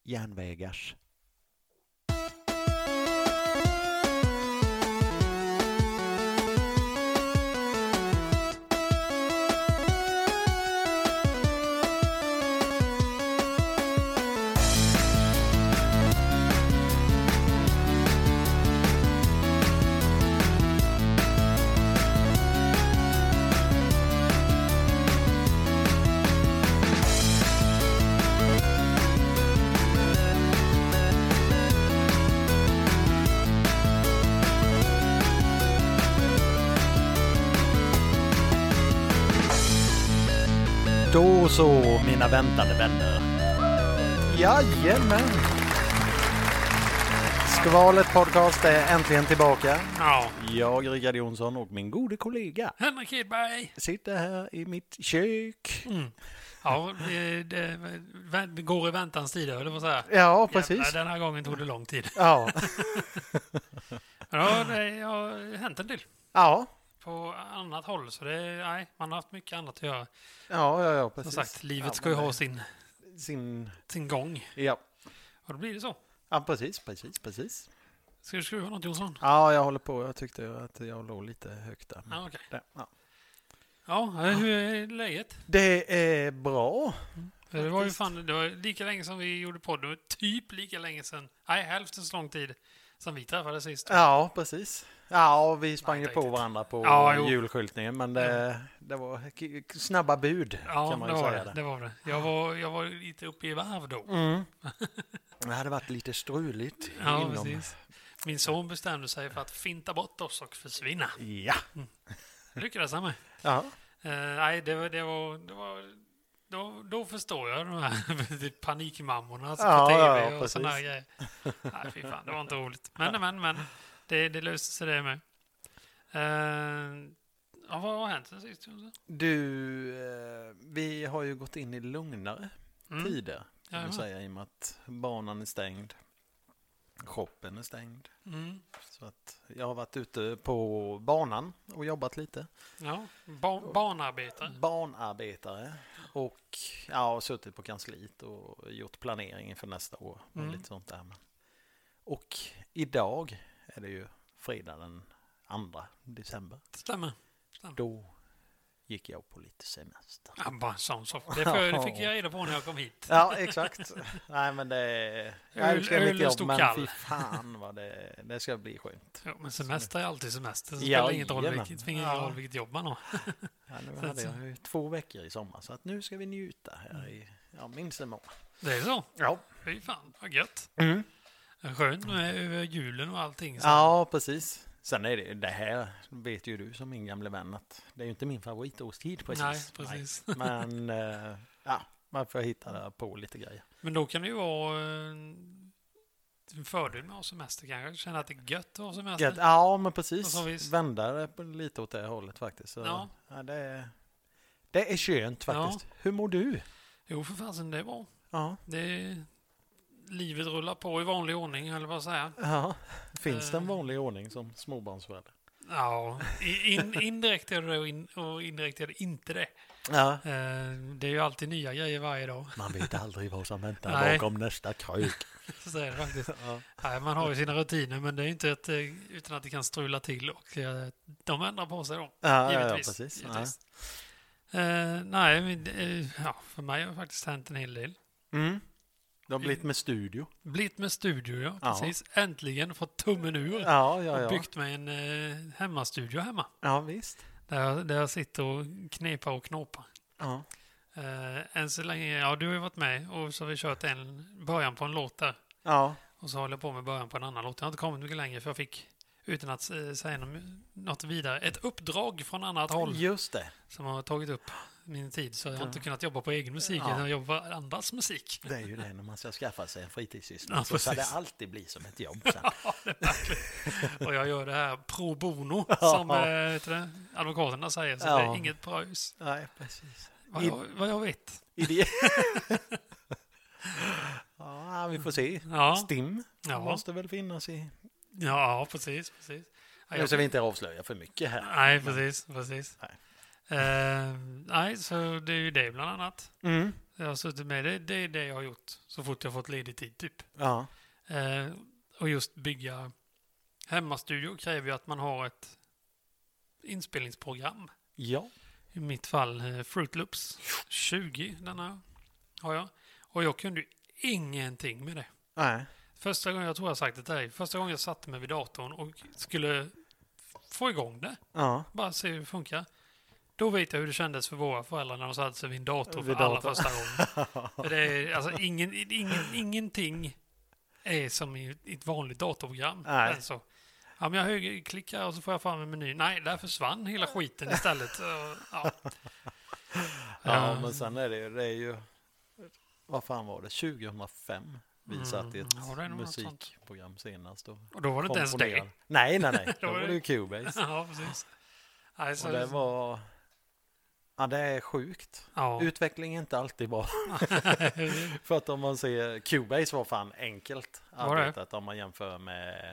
järnvägars. Då så, mina väntade vänner. Jajamän! Skvalet podcast är äntligen tillbaka. Ja. Jag, Rickard Jonsson, och min gode kollega Henrik Hedberg sitter här i mitt kök. Ja, det går i väntans tid, eller vad säger Ja, precis. Jävlar, den här gången tog det lång tid. Ja. Ja, det har hänt en del Ja. på annat håll, så man har haft mycket annat att göra. Ja, precis. Som sagt, livet ska ju ha sin gång. Ja. Och då blir det så. Ja, precis. Ska du skruva något, Jonsson? Ja, jag håller på. Jag tyckte att jag låg lite högt där. Ja, okej. Ja. Ja, hur är läget? Det är bra. Det var lika länge som vi gjorde podden, typ lika länge sedan. Nej, hälften så lång tid som vi träffades sist. Ja, precis. Ja, vi sprang ju på riktigt. varandra på julskyltningen, men det var snabba bud, kan man ju säga. Det var det. Jag var lite uppe i varv då. Det hade varit lite struligt. Ja, precis. Min son bestämde sig för att finta bort oss och försvinna. Ja. Lyckades han med. Ja. Nej, då förstår jag de här panikmammorna på tv och sådana här grejer. Nej, fy fan, det var inte roligt. Men, det löste sig det med. Vad har hänt sen sist? Vi har ju gått in i lugnare tider, kan man säga, i och med att banan är stängd. Shoppen är stängd. Så att jag har varit ute på banan och jobbat lite. Ja, barnarbetare. Och suttit på kansliet och gjort planering för nästa år. Och lite sånt där. Och idag är det ju fredag den 2 december. Stämmer. Då gick jag på lite semester. Ja, bara sån så. Det fick jag reda på när jag kom hit. Ja, exakt. Nej, men öl stod kall. Fy fan vad det ska bli skönt. Ja, men semester är alltid semester. Så spelar ingen roll vilket jobb man har. Ja, nu hade jag ju 2 veckor i sommar, så att nu ska vi njuta här i minst en månad. Det är så? Ja. Fy fan, vad gött. Skönt med över julen och allting. Så. Ja, precis. Sen är det här, vet ju du som min gamla vän, att det är ju inte min favoritårstid precis. Nej, precis. Nej. Men man får hitta där på lite grejer. Men då kan det ju vara en fördel med att ha semester kanske. Känna att det är gött att ha semester. Ja, men precis. Vända det lite åt det hållet faktiskt. Så, ja, det är skönt faktiskt. Ja. Hur mår du? Jo, för fasen, det är bra. Ja. Livet rullar på i vanlig ordning, eller vad säger jag? Ja, finns det en vanlig ordning som småbarnsförälder? Ja, indirekt är det och indirekt är det inte det. Ja. Det är ju alltid nya grejer varje dag. Man vet aldrig vad som väntar bakom nästa krök. Så är det faktiskt. Ja. Nej, man har ju sina rutiner, men det är inte utan att det kan strula till, och de ändrar på sig då. Givetvis. Ja, precis. Givetvis. Nej, men, för mig har det faktiskt hänt en hel del. Du har blivit med studio. Ja, precis. Äntligen fått tummen ur. Och byggt mig en hemmastudio hemma. Ja, visst. Där jag sitter och knepar och knåpar. Ja. Än så länge, du har ju varit med, och så har vi kört en början på en låt där. Ja. Och så håller jag på med början på en annan låt. Jag har inte kommit mycket längre, för jag fick, utan att säga något vidare, ett uppdrag från annat håll. Just det. Som har tagit upp min tid, så jag har inte kunnat jobba på egen musik, utan jag jobbar på andras musik. Det är ju det, när man ska skaffa sig en fritidssyssla, så ska det alltid bli som ett jobb sen. Ja, det är verkligen. Och jag gör det här pro bono, som advokaterna säger, så det är inget pröjs. Nej, precis. Vad jag vet. Ja, vi får se. STIM måste väl finnas i... Ja, precis. Nu ska vi inte avslöja för mycket här. Nej, precis. Nej, så det är ju det bland annat. Jag har suttit med det är det jag har gjort så fort jag fått ledig tid typ. Ja. Och just bygga hemmastudio kräver ju att man har ett inspelningsprogram. Ja. I mitt fall Fruit Loops 20, denna har jag. Och jag kunde ju ingenting med det. Nej. Första gången, jag tror jag har sagt det till dig, första gången jag satte mig vid datorn och skulle få igång det, Ja. bara se hur det funkar. Då vet jag hur det kändes för våra föräldrar när de satte sig vid en dator Vid för allra datorn. första gången. För det är, alltså, ingenting är som i ett vanligt datorprogram. Nej. Alltså, ja, men jag högerklickar och så får jag fram en meny. Nej, där försvann hela skiten istället. Ja. Ja, men sen är det är ju, vad fan var det, 2005 vi satt i ett ja, det är nog något musikprogram senast. Och då var det inte ens det. Nej. Då var det ju Cubase. Ja, precis. Alltså, Och det var, ja det är sjukt. ja. Utveckling är inte alltid bra. För att om man ser, Cubase var fan enkelt Var det? arbetat om man jämför med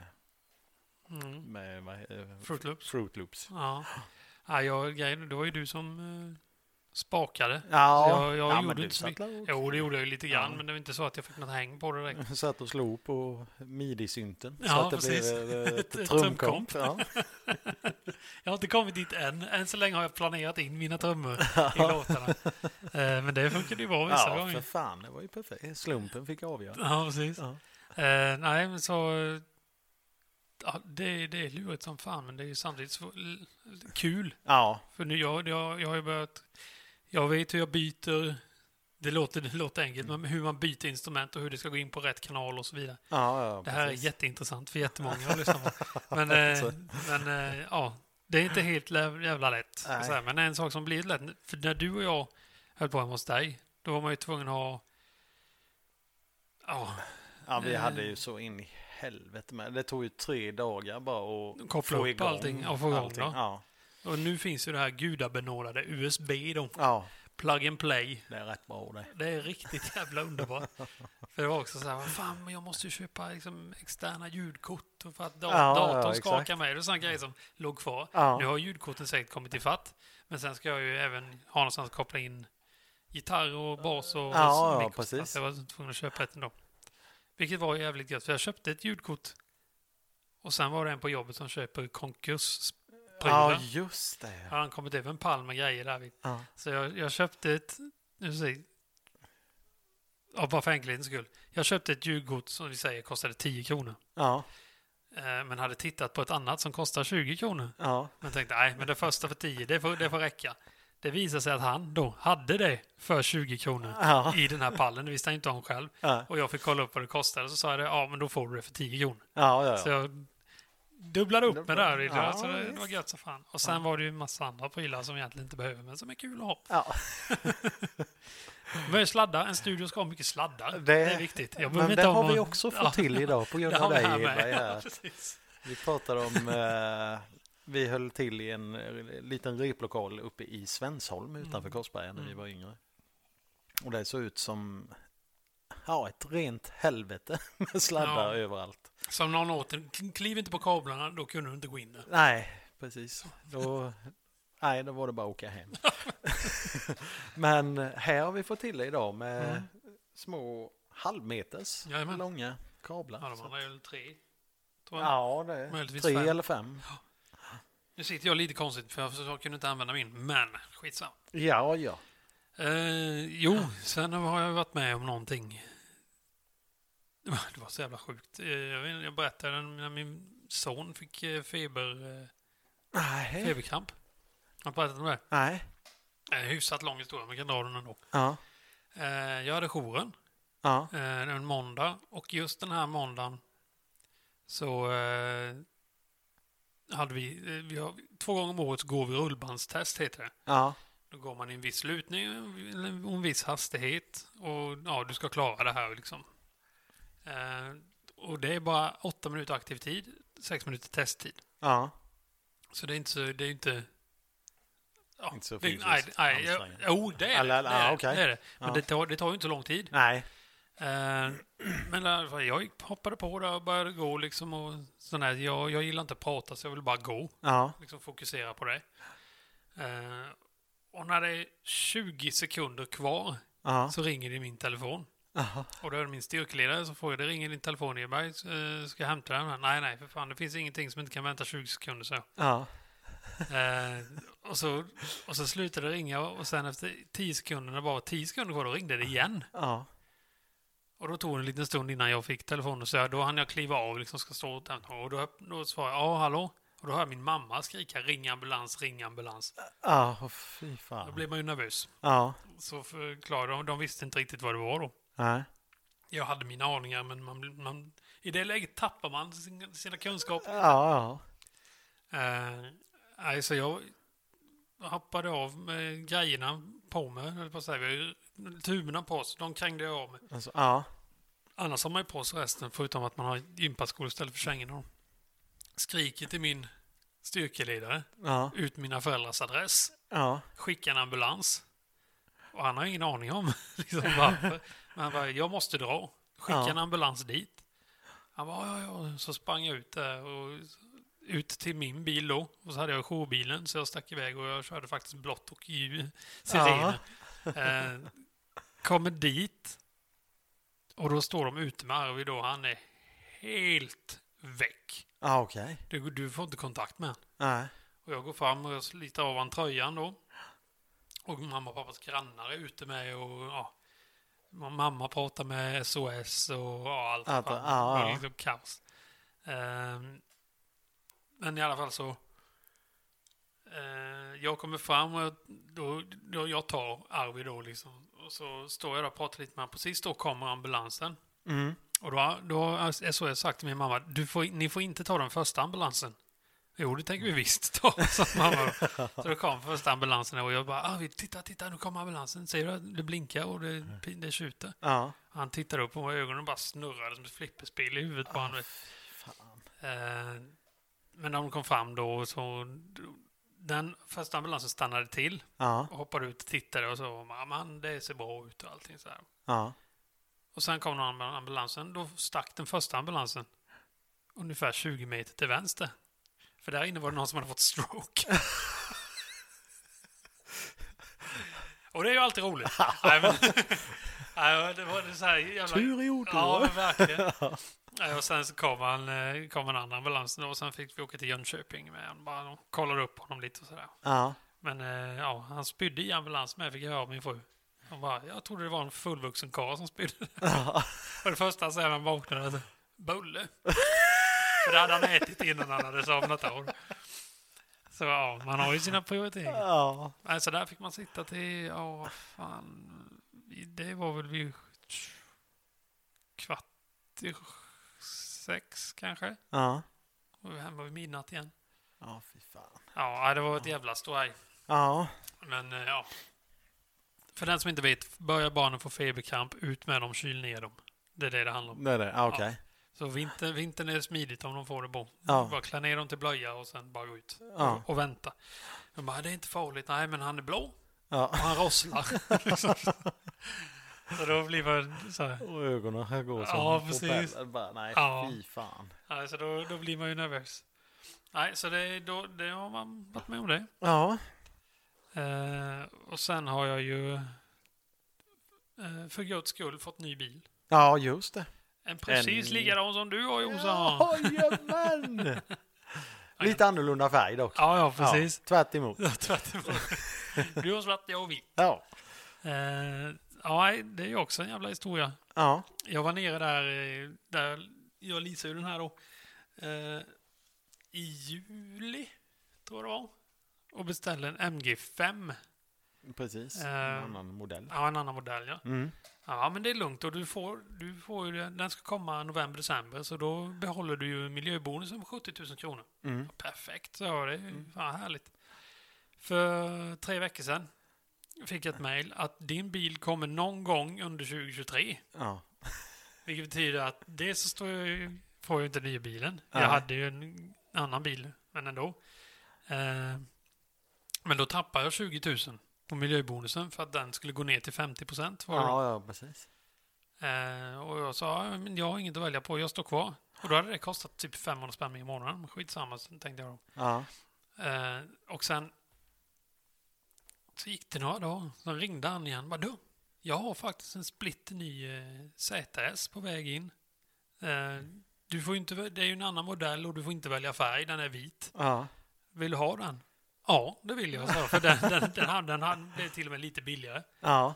Fruit Loops. Fruit Loops. Ja. Ja, det var ju du som spakade. Ja, jag men gjorde du inte så satt mycket. Jo, det gjorde jag ju lite grann, Ja. men det var inte så att jag fick något häng på det direkt. Satt och slog på midi-synten. Ja, så att det precis. blev ett Ett trumkomp. Ja. Jag har inte kommit dit än. Än så länge har jag planerat in mina trummor i låtarna. Men det funkade ju bra vissa Ja, gånger. för fan, det var ju perfekt. Slumpen fick avgöra. Ja, precis. Ja. Nej, men så... Ja, det är lurigt som fan, men det är ju samtidigt så kul. Ja, För nu, jag har ju börjat... Jag vet hur jag byter... Det låter enkelt, men hur man byter instrument och hur det ska gå in på rätt kanal och så vidare. ja, Det här precis. är jätteintressant för jättemånga att lyssna på. Men ja, det är inte helt jävla lätt. Nej. Så här, men en sak som blir lätt, för när du och jag höll på hemma hos dig, då var man ju tvungen att ha... Ja, vi hade ju så in i helvete med. Det tog ju 3 dagar bara att Koppla få upp igång allting och få igång då. Ja. Och nu finns ju det här gudabenådade USB då. Ja, Plug and play. det är rätt bra det. Det är riktigt jävla underbart. För det var också så här, vad fan, men jag måste ju köpa liksom, externa ljudkort för att datorn skakar exakt. med. Det är sådana grejer som låg kvar. Ja. Nu har ljudkorten säkert kommit i fatt. Men sen ska jag ju även ha någonstans att koppla in gitarr och bas och Ja, mikrofon. precis. Jag var tvungen att köpa ett ändå. Vilket var jävligt gött. För jag köpte ett ljudkort. Och sen var det en på jobbet som köper konkursprylar. Ja, just det. Har han kommit över en pall med grejer där vid. Ja. Så jag köpte ett... Nu ska jag se. Ja, bara för enkelhetens skull. Jag köpte ett ljudkort som vi säger kostade 10 kronor. Ja, Men hade tittat på ett annat som kostar 20 kronor. ja. Men tänkte, nej, men det första för 10, det får räcka. Det visade sig att han då hade det för 20 kronor Ja. i den här pallen. Det visste han inte om själv. Ja. Och jag fick kolla upp vad det kostade. Så sa jag det, ja men då får du det för 10 kronor. Ja. Så jag dubblade upp med det här. Ja, Så det visst. var gött så fan. Och sen var det ju en massa andra prylar som jag egentligen inte behöver, men som är kul att ha. Ja. Men sladdar, en studio ska ha mycket sladdar. Det är viktigt. Jag behöver Men inte det ha har vi någon- också fått till idag på grund Det av har vi dig, här Edberg. med. Ja, Här. precis. Vi pratade om, vi höll till i en liten replokal uppe i Svensholm utanför Korsberga när vi var yngre. Och det såg ut som ett rent helvete med sladdar överallt. Som någon åt, kliv inte på kablarna, då kunde du inte gå in där. Nej, precis. Då var det bara att åka hem. Men här har vi fått till det idag med små halvmeters Jajamän. långa kablar. Ja, de andra är väl 3. Tror jag. Ja, det är Möjligtvis 3 5. eller 5. Nu sitter jag lite konstigt för jag kunde inte använda min, men skitsamma. Ja. Jo, sen har jag varit med om någonting. Det var så jävla sjukt. Jag berättade när min son fick feberkramp. Har du berättat om det? Nej. Hyfsat lång historia, men jag kan dra den ändå. Ja. Jag hade jouren Ja. en måndag, och just den här måndagen så hade vi har, 2 gånger om året så går vi rullbandstest, heter det. Ja. Då går man i en viss lutning och en viss hastighet. Och ja, du ska klara det här liksom. Och det är bara 8 minuter aktiv tid, 6 minuter testtid. Ja. Så det är inte så... Det är inte... Ja, Inte så det, fysiskt nej, jo, det är det. Det är det. Men det tar ju inte så lång tid. Nej. Men jag hoppade på det och började gå liksom. Och sån här, jag gillar inte att prata, så jag vill bara gå. Ja. Liksom fokusera på det. Och när det är 20 sekunder kvar så ringer det i min telefon. Aha. Och då är det min styrkeledare så får jag det ringer din telefon Eberg, ska jag hämta den? Nej, för fan, det finns ingenting som inte kan vänta 20 sekunder så. Ja. Och så slutade det ringa och sen efter 10 sekunder, när bara 10 sekunder kvar, då ringde det igen. Ja. Och då tog det en liten stund innan jag fick telefonen så då hann jag kliva av liksom ska stå där. Och då svarade jag, ja hallå? Och då hör min mamma skrika, ring ambulans, ring ambulans. Ja, fy fan. Då blev man ju nervös. Ja. Så förklarade de visste inte riktigt vad det var då. Nej. Jag hade mina aningar, men man i det läget tappar man sina kunskaper. Ja. Så jag hoppade av med grejerna på mig, eller på sig, tuberna på oss, de krängde jag av med. Alltså, ja. Annars har man ju på sig resten, förutom att man har gympaskor istället för sängen. Skriker till min styrkeledare, ut mina föräldrars adress, skicka en ambulans. Och han har ingen aning om liksom varför. Men han bara, jag måste dra. Skicka en ambulans dit. Han bara, ja. Så sprang jag ut där och ut till min bil då. Och så hade jag jourbilen så jag stack iväg och jag körde faktiskt blått och sirener. Kommer dit och då står de ute med Arvid då. Han är helt väck. Okej. Du får inte kontakt med han. Nej. Och jag går fram och sliter av han tröjan då. Och mamma och pappas grannar är ute med och mamma pratar med SOS och allt. Det var liksom kaos. Men i alla fall så jag kommer fram och då jag tar Arvid då liksom. Och så står jag där och pratar lite med honom. Precis då kommer ambulansen. Mm. Och då har SOS sagt till min mamma, ni får inte ta den första ambulansen. Jo, det tänker vi visst ta, sa mamma. Så då kom första ambulansen och jag bara, titta, nu kommer ambulansen. Ser du att det blinkar och det tjuter? Ja. Han tittar upp och ögonen bara snurrade som ett flipperspel i huvudet på honom. Men när de kom fram då så den första ambulansen stannade till och hoppade ut och tittade och så, man, det ser bra ut och allting så här. Ja. Och sen kom ambulansen, då stack den första ambulansen ungefär 20 meter till vänster. För där inne var det någon som hade fått stroke. Och det är ju alltid roligt. Det var så här jävla... Tur i ord. Ja, men verkligen. Och sen så kom en annan ambulans och sen fick vi åka till Jönköping med honom. Bara kollade upp honom lite och sådär. Ja. Men han spydde i ambulans med, fick jag höra av min fru. Jag trodde det var en fullvuxen karl som spydde. Och det första han säger när han vaknade, bulle. För det hade han ätit innan han hade somnat av. Så man har ju sina prioriteringar. Ja. Så där fick man sitta till, det var väl vid 5:45 kanske. Ja. Och vi hemma vid midnatt igen. Ja, fy fan. Ja, det var ett jävla ståhej. Ja. Men för den som inte vet, börjar barnen få feberkramp, ut med dem, kyl ner dem. Det är det handlar om. Det är det, okej. Ja. Så vintern är smidigt om de får det på. Ja. Bara klä ner dem till blöja och sen bara gå ut och vänta. De bara, det är inte farligt. Nej, men han är blå. Ja. Och han rosslar. Så då blir man så här. Och ögonen går som Ja, precis. Bara, nej, fy fan. Ja, så då blir man ju nervös. Nej, så det har man varit med om det. Ja. Och sen har jag ju för Guds skull fått ny bil. Ja, just det. En precis likadan som du har, Jonsson. Jajamän! Lite annorlunda färg dock. Ja, precis. Ja, tvärt emot. Ja, tvärt emot. Du har svart, jag och vitt. Ja. Det är ju också en jävla historia. Ja. Jag var nere där jag leasade den här då. I juli, tror jag det var. Och beställde en MG5. Precis, en annan modell. Ja, en annan modell, ja. Mm. Ja, men det är lugnt och du får ju den ska komma november-december så då behåller du ju miljöbonusen på 70 000 kronor. Mm. Perfekt, så det är ju fan härligt. För 3 veckor sedan fick jag ett mejl att din bil kommer någon gång under 2023. Ja. Vilket betyder att det så får jag inte nya bilen. Ja. Jag hade ju en annan bil, men ändå. Men då tappar jag 20 000 på miljöbonusen för att den skulle gå ner till 50%. Ja, precis. Och jag sa, men jag har inget att välja på, jag står kvar. Och då hade det kostat typ 500 spänn i månaden. Men skitsamma, så tänkte jag då. Ja. Och sen så gick det några dagar. Så ringde han igen. Bara, Jag har faktiskt en splitterny ZS på väg in. Du får inte, det är ju en annan modell och du får inte välja färg. Den är vit. Ja. Vill du ha den? Ja, det vill jag. Så, för den blev till och med lite billigare. Ja.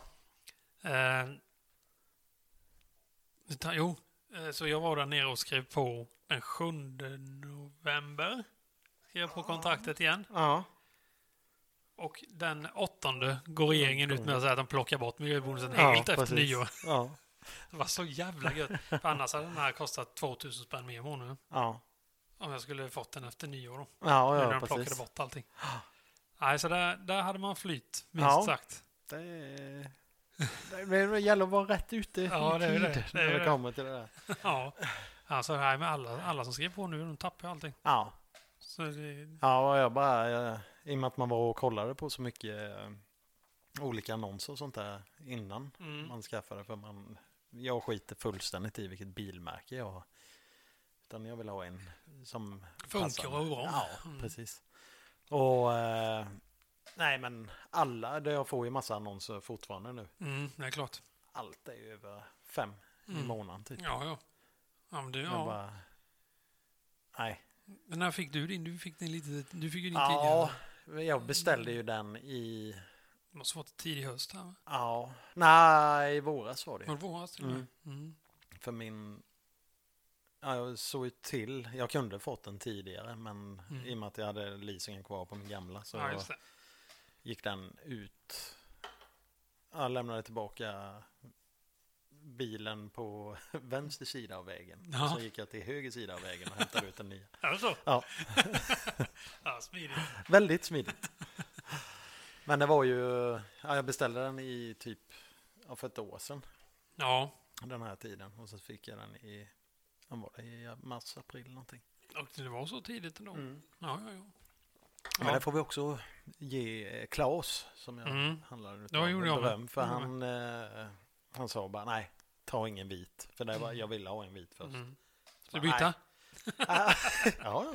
Så jag var där nere och skrev på den 7 november. Skrev på kontraktet igen. Ja. Och den 8 går regeringen ut med att säga att de plockar bort miljöbonusen helt efter nyår. Ja. Det var så jävla gött. För annars hade den här kostat 2000 spänn mer i månaden. Ja. Om jag skulle fått den efter nyår då. Ja, när de precis. plockade bort allting. Nej, så där hade man flytt, minst sagt. Det gäller att vara rätt ute i tid när det kommer till det där. Ja, alltså här med alla som skriver på nu, de tappar allting. Ja. Så det... Ja, i och med att man var och kollade på så mycket olika annonser och sånt där innan man skaffade, för jag skiter fullständigt i vilket bilmärke jag har. Utan jag vill ha en som funkar och bra. Ja, precis. Och nej, men jag får ju massa annonser fortfarande nu. Det är klart. Allt är ju över 5 i månaden typ. Ja. Ja, men nej. Men när fick du din? Du fick ju din tidigare. Ja, jag beställde ju den i... Det måste vara tidig höst här, va? Ja, nej, i våras var det. Var det våras? För jag såg ju till, jag kunde fått den tidigare, men i och med att jag hade leasingen kvar på min gamla så gick den ut. Jag lämnade tillbaka bilen på vänster sida av vägen. Ja. Så gick jag till höger sida av vägen och hämtade ut den nya. Är det så? Ja. Ja, smidigt. Väldigt smidigt. Men det var ju, jag beställde den i typ för ett år sedan. Ja. Den här tiden. Och så fick jag den i mars, april någonting. Och det var så tidigt ändå. Ja. Men det får vi också ge Claes, som jag handlade beröm. För han sa bara, nej, ta ingen vit. För det var, jag ville ha en vit först. Så du byta? Ja.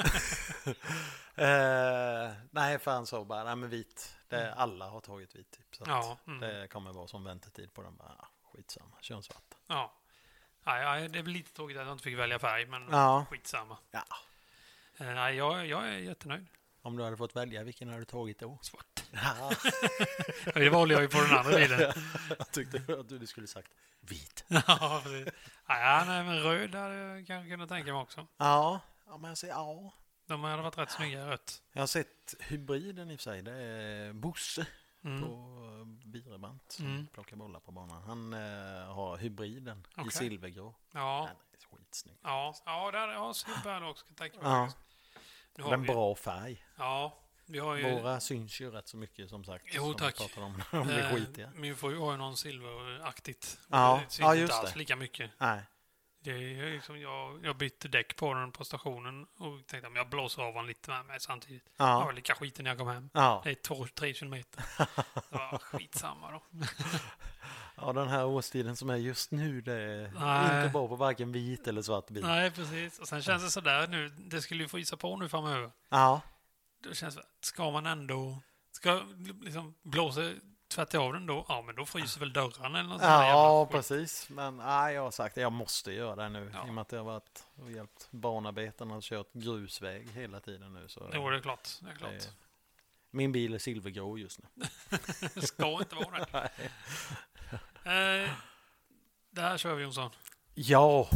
Nej, för han sa bara, nej men vit. Alla har tagit vit typ. Så det kommer vara som väntetid på den. Bara, skitsamma, kör en svart. Ja. Nej, det är väl lite tråkigt att jag inte fick välja färg, men skitsamma. Ja. Nej, jag är jättenöjd. Om du hade fått välja, vilken hade du tagit då? Svart. Det valde jag ju på den andra bilen. Jag tyckte att du skulle sagt vit. Ja, precis. Nej, men röd hade jag kanske kunnat tänka mig också. Ja, men jag säger ja. De hade varit rätt snygga rött. Jag har sett hybriden i och för sig. Det är Bosse på Birebant som plockar bollar på banan. Han har hybriden i silvergrå. Ja. Den är skitsnygg. Ja, där har silver också. Ja. Men bra färg. Ja. Vi har ju... Våra syns ju rätt så mycket, som sagt. Jo, tack. Om de blir skitiga. Min fru har ju någon silveraktigt. Ja, det syns just inte alls det. lika mycket. Nej. Det är liksom, jag bytte däck på den på stationen och tänkte att jag blåser av den lite med mig samtidigt. Ja. Jag var lika skiten när jag kom hem. Ja. Det är 2-3 kilometer. Det var skitsamma då. Ja, den här årstiden som är just nu, det är inte bra på varken vit eller svart bil. Nej, precis. Och sen känns det sådär nu, det skulle ju frysa på nu framöver. Ja. Då känns det, ska man ändå liksom blåsa tvärt av den då? Ja, men då fryser väl dörren eller något sånt. Ja, precis. Men jag har sagt att jag måste göra det nu. I och med att jag har varit och hjälpt banarbetarna och kört grusväg hela tiden nu. Så jo, det är klart. Min bil är silvergrå just nu. Ska inte vara det. Det här kör vi, Jonsson. Ja.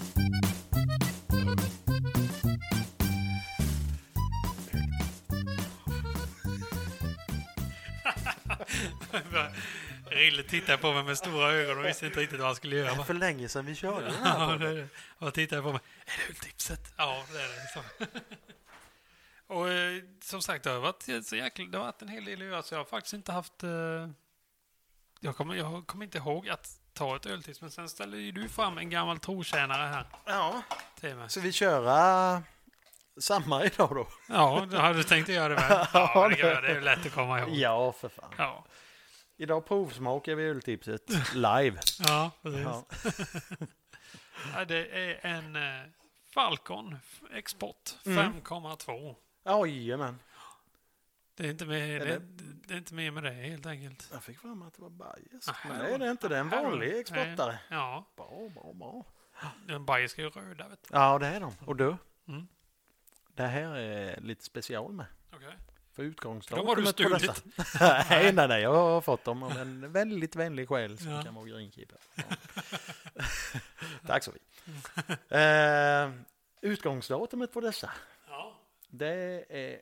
Rille tittade på mig med stora ögon och visste inte riktigt vad han skulle göra. Det är för länge sedan vi körde den här. Och tittade på mig. Är det öltipset? Ja, det är det. Så. Och som sagt, det har varit en hel del att göra, så jag har faktiskt inte haft... Jag kommer inte ihåg att ta ett öltips, men sen ställer ju du fram en gammal trotjänare här. Ja, så vi köra samma idag då? Ja, då hade du tänkt att göra det med. Ja, det är ju lätt att komma ihåg. Ja, för fan. Ja. Idag provsmakar vi öltipset live. Ja, precis. Ja. Det är en Falcon Export 5,2. Ojjamän. Det är inte med det är inte med det helt enkelt. Jag fick fram att det var bajs. Men det är det inte. Det är en vanlig exportare. Ja. Bra. Den bajs ska ju röda, vet du. Ja, det är de. Och du? Det här är lite special med. Okej. För utgångsdagen. De har du stulit. nej. Jag har fått dem av en väldigt vänlig själ som kan vara greenkeeper. Ja. Tack så mycket. Utgångsdatumet på dessa. Ja. Det är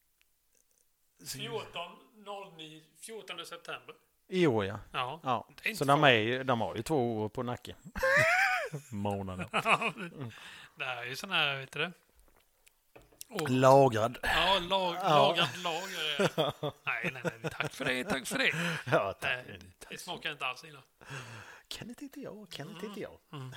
14 september. i år, ja. Ja. Så de har ju 2 år på nacken. Månader. Det här är ju sån här, vet du det? Lagrad. Ja, lagrad lager. Nej, tack för det. Ja, tack. Det smakar inte alls illa. Kan inte jag.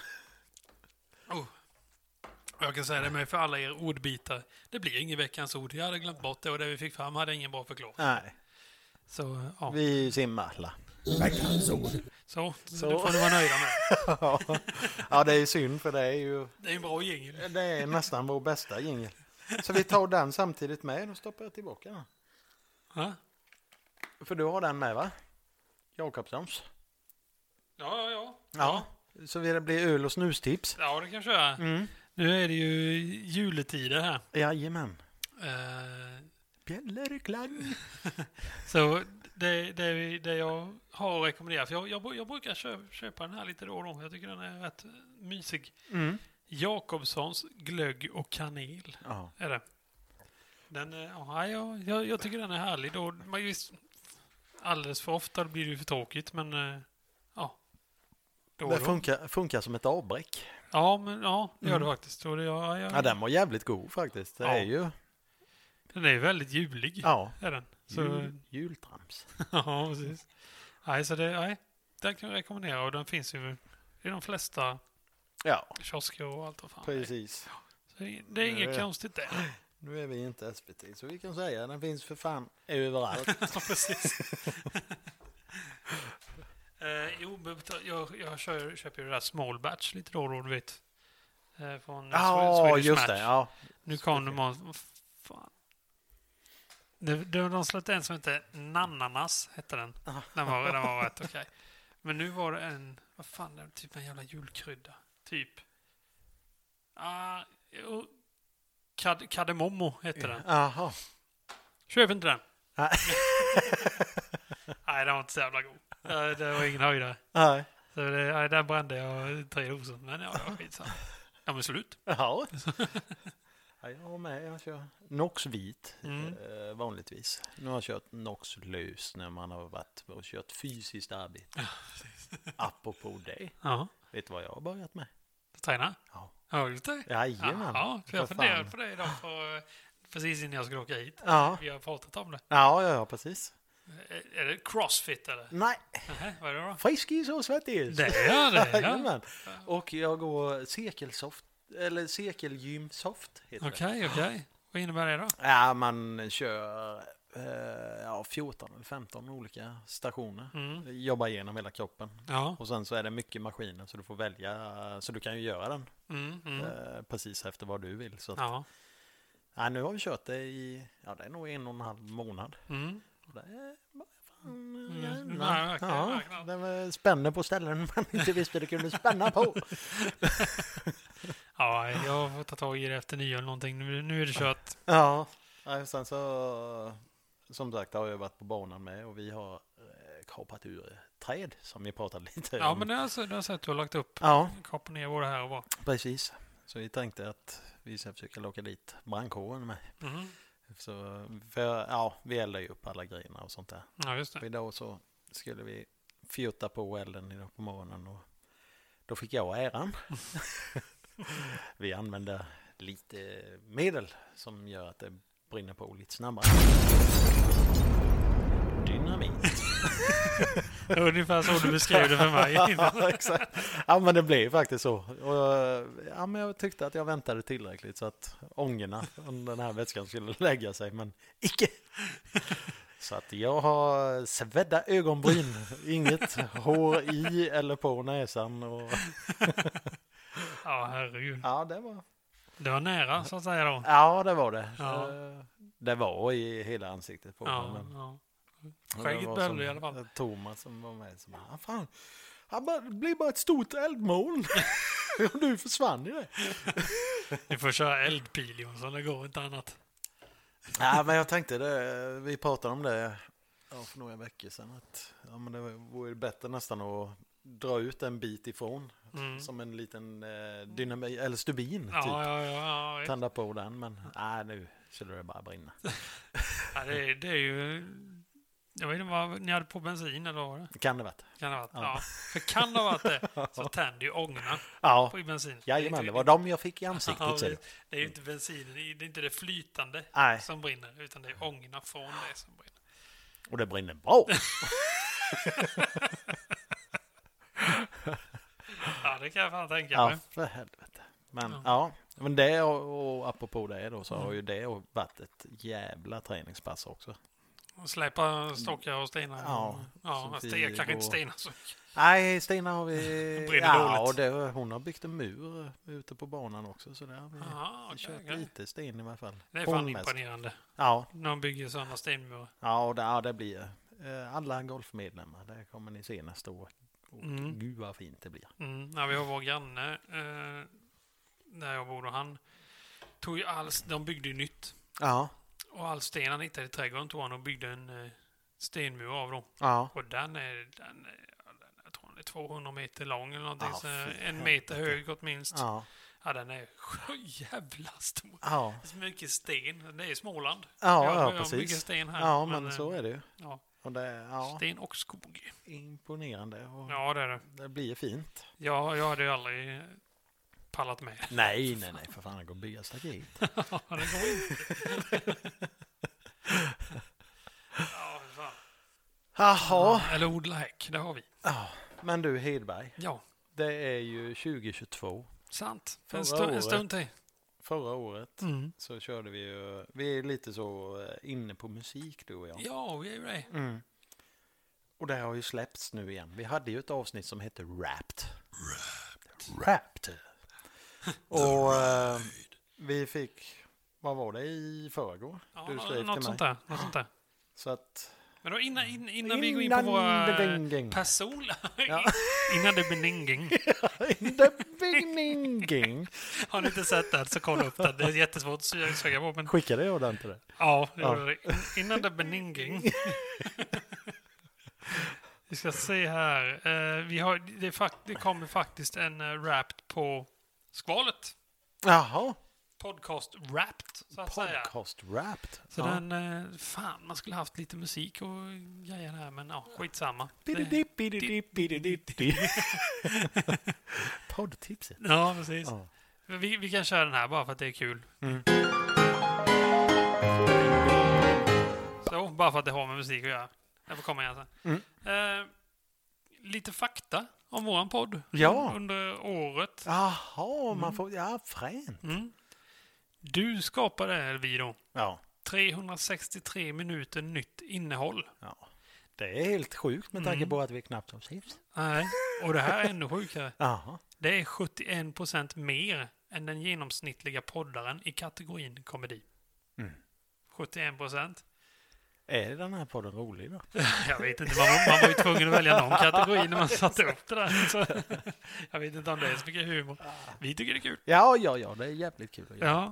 Jag kan säga det med för alla er ordbitar. Det blir ingen veckans ord. Jag hade glömt bort det och det vi fick fram hade ingen bra förklaring. Nej. Så, ja. Vi simmar alla. Veckans ord. Så det får du vara nöjda med. Ja, det är synd för det är ju... Det är en bra jingel. Det är nästan vår bästa jingel. Så vi tar den samtidigt med och stoppar tillbaka den. Ja. För du har den med, va? Jakobssons. Ja. Så det blir öl och snustips. Ja, det kanske är. Nu är det ju juletider här. Jajamän. Bjällerklang. Så det jag har rekommenderat. För jag brukar köpa den här lite då och då. Jag tycker den är rätt mysig. Jakobssons glögg och kanel. Ja. Är det. Den, jag tycker den är härlig. Då, alldeles för ofta blir det ju för tråkigt. Men ja. Det funkar som ett avbräck. Ja, det gör det faktiskt. Ja, den var jävligt god faktiskt. Det är ju... Den är väldigt julig. Ja. Är den. Så... Jultrams. Ja, precis. Den kan jag rekommendera. Och den finns ju i de flesta kiosker och allt vad fan. Precis. Så det är inget konstigt där. Nu är vi inte SVT, så vi kan säga den finns för fan överallt. Ja, precis. Jag köper ju det där small batch lite då, du vet. Från Swedish just Match. det. Ja. Nu kom de fan. De släppte en som heter Nananas, hette den. Den var rätt okej. Men nu var det en, vad fan, det är typ en jävla julkrydda. Typ. Kardemommo hette den. Jaha. Köp inte den. Nej, den var inte så jävla god. Det var ingen höjdare. Nej. Så där brände jag 3 doser. Men ja, det var skitsamma. De är slut. Ja. Jag har med. Jag kör Nox vit vanligtvis. Nu har jag kört Nox lös när man har varit och kört fysiskt arbete. Apropå det. Ja. Vet du vad jag har börjat med? Träna? Ja. Ja, just det. Jajamän. Ja, för jag funderade på det idag precis innan jag skulle åka hit. Ja. Vi har pratat om det. Ja, precis. Är det crossfit eller? Nej. Vad är det då? Friskis och svettis. Det är det, ja. Jajamän. Och jag går cirkelgymsoft heter det. Okej. Vad innebär det då? Ja, man kör 14 eller 15 olika stationer. Jobbar igenom hela kroppen. Ja. Och sen så är det mycket maskiner så du får välja. Så du kan ju göra den precis efter vad du vill. Så att, nu har vi kört det i, det är nog 1,5 månad. Och det är det var spännande på ställen man inte visste det kunde spänna på. Ja, jag får ta tag i det efter 9 eller någonting. Nu är det kört. Ja, sen så som sagt har jag varit på banan med och vi har kapat ur träd som vi pratade lite om. Ja, men det har sett att du har lagt upp. Kapat ner både här och var. Precis. Så vi tänkte att vi ska försöka locka dit brandkåren med. Så, vi eldar ju upp alla grejerna och sånt där. Ja, just det. Och idag så skulle vi fjutta på elden idag på morgonen och då fick jag äran. Vi använder lite medel som gör att det brinner på lite snabbare. Dynamit. Ungefär så du beskrev det för mig. Ja, exakt. Ja, men det blev faktiskt så. Och, men jag tyckte att jag väntade tillräckligt så att ångorna om den här vätskan skulle lägga sig, men icke. Så att jag har svedda ögonbryn, inget hår i eller på näsan. Och ja, herregud. Ja, det var nära så att säga då. Ja, det var det. Ja. Det var i hela ansiktet på mig. Men... Skägget böljde i alla fall. Thomas som var med. Som bara, fan, han blir bara ett stort eldmoln. Och du försvann i det. Vi får köra eldpil, Jonsson. Det går inte annat. Ja, men jag tänkte det. Vi pratade om det för några veckor sedan. Att, men det vore bättre nästan att dra ut en bit ifrån. Som en liten dynamit eller stubin. Typ. Ja. Tända på den. Men nu skulle det bara brinna. Ja, det är ju... Jag vet inte vad ni hade på bensin eller vad det? Kan det varit. Ja. För kan det ha varit det så tänder ju ångorna på bensin. Jajamän, det var de jag fick i ansiktet. Det är ju inte bensinen, det är inte det flytande som brinner, utan det är ångorna från det som brinner. Och det brinner bra. Ja, det kan jag fan tänka mig. Ja, för helvete. Men men det och apropå det då så har ju det varit ett jävla träningspass också. Släppa stockar och stenar. Kanske inte stenar så. Nej, Stina har vi... dåligt. Hon har byggt en mur ute på banan också. Så där har vi kört lite sten i alla fall. Det är fan imponerande. Ja. När de bygger sådana stenmurar. Ja, det blir alla golfmedlemmar. Det kommer ni se nästa år. Gud vad fint det blir. Vi har vår granne där jag bor och han tog ju de byggde ju nytt. Ja. Och all sten han hittade i trädgården tog han och byggde en stenmur av dem. Ja. Och den är jag tror den är 200 meter lång eller någonting. Så en meter hög åtminst. Ja, den är jävla stor. Ja. Det är så mycket sten. Det är Småland. Ja, precis. Mycket sten här. Ja, men så är det ju. Ja. Och sten och skog. Imponerande. Och ja, det är det. Det blir fint. Ja, jag hade ju aldrig pallat med. Nej, för fan, det går att bygga staket. Ja, det går inte. Ja, fan. Jaha. Eller odla häck, det har vi. Ja, men du Hedberg. Ja. Det är ju 2022. Sant. En stund till. Förra året så körde vi ju... Vi är lite så inne på musik, du och jag. Ja, vi är ju det. Och det har ju släppts nu igen. Vi hade ju ett avsnitt som hette Wrapped. Och vi fick... Vad var det i förrgår? Ja, du skrev något till mig. Sånt där. Så att... Men då innan vi går in på våra personliga... Innan det blir ninging. In the beginning. Har ni inte sett det så kolla upp det. Det är jättesvårt att söka på. Men... Skickade jag den till det? Ja, det gjorde det. Innan det blir ninging. Vi ska se här. Det kommer faktiskt en rap på skvalet. Jaha. Podcast Wrapped, så att säga. Podcast Wrapped. Så den, fan, man skulle haft lite musik och grejer här, men skitsamma. Poddtipset. Ja, precis. Ja. Vi kan köra den här bara för att det är kul. Så, bara för att det har med musik att göra. Jag får komma igen sen. Lite fakta om våran podd under året. Jaha, man får... fränt. Du skapade vi då. Ja. 363 minuter nytt innehåll. Ja. Det är helt sjukt med tanke på att vi knappt har sist. Nej, och det här är ännu sjukare. Aha. Det är 71% mer än den genomsnittliga poddaren i kategorin komedi. 71%. Är den här podden rolig då? Jag vet inte, man var ju tvungen att välja någon kategori när man satte upp det där. Så, jag vet inte om det är så mycket humor. Vi tycker det är kul. Ja, det är jävligt kul att göra.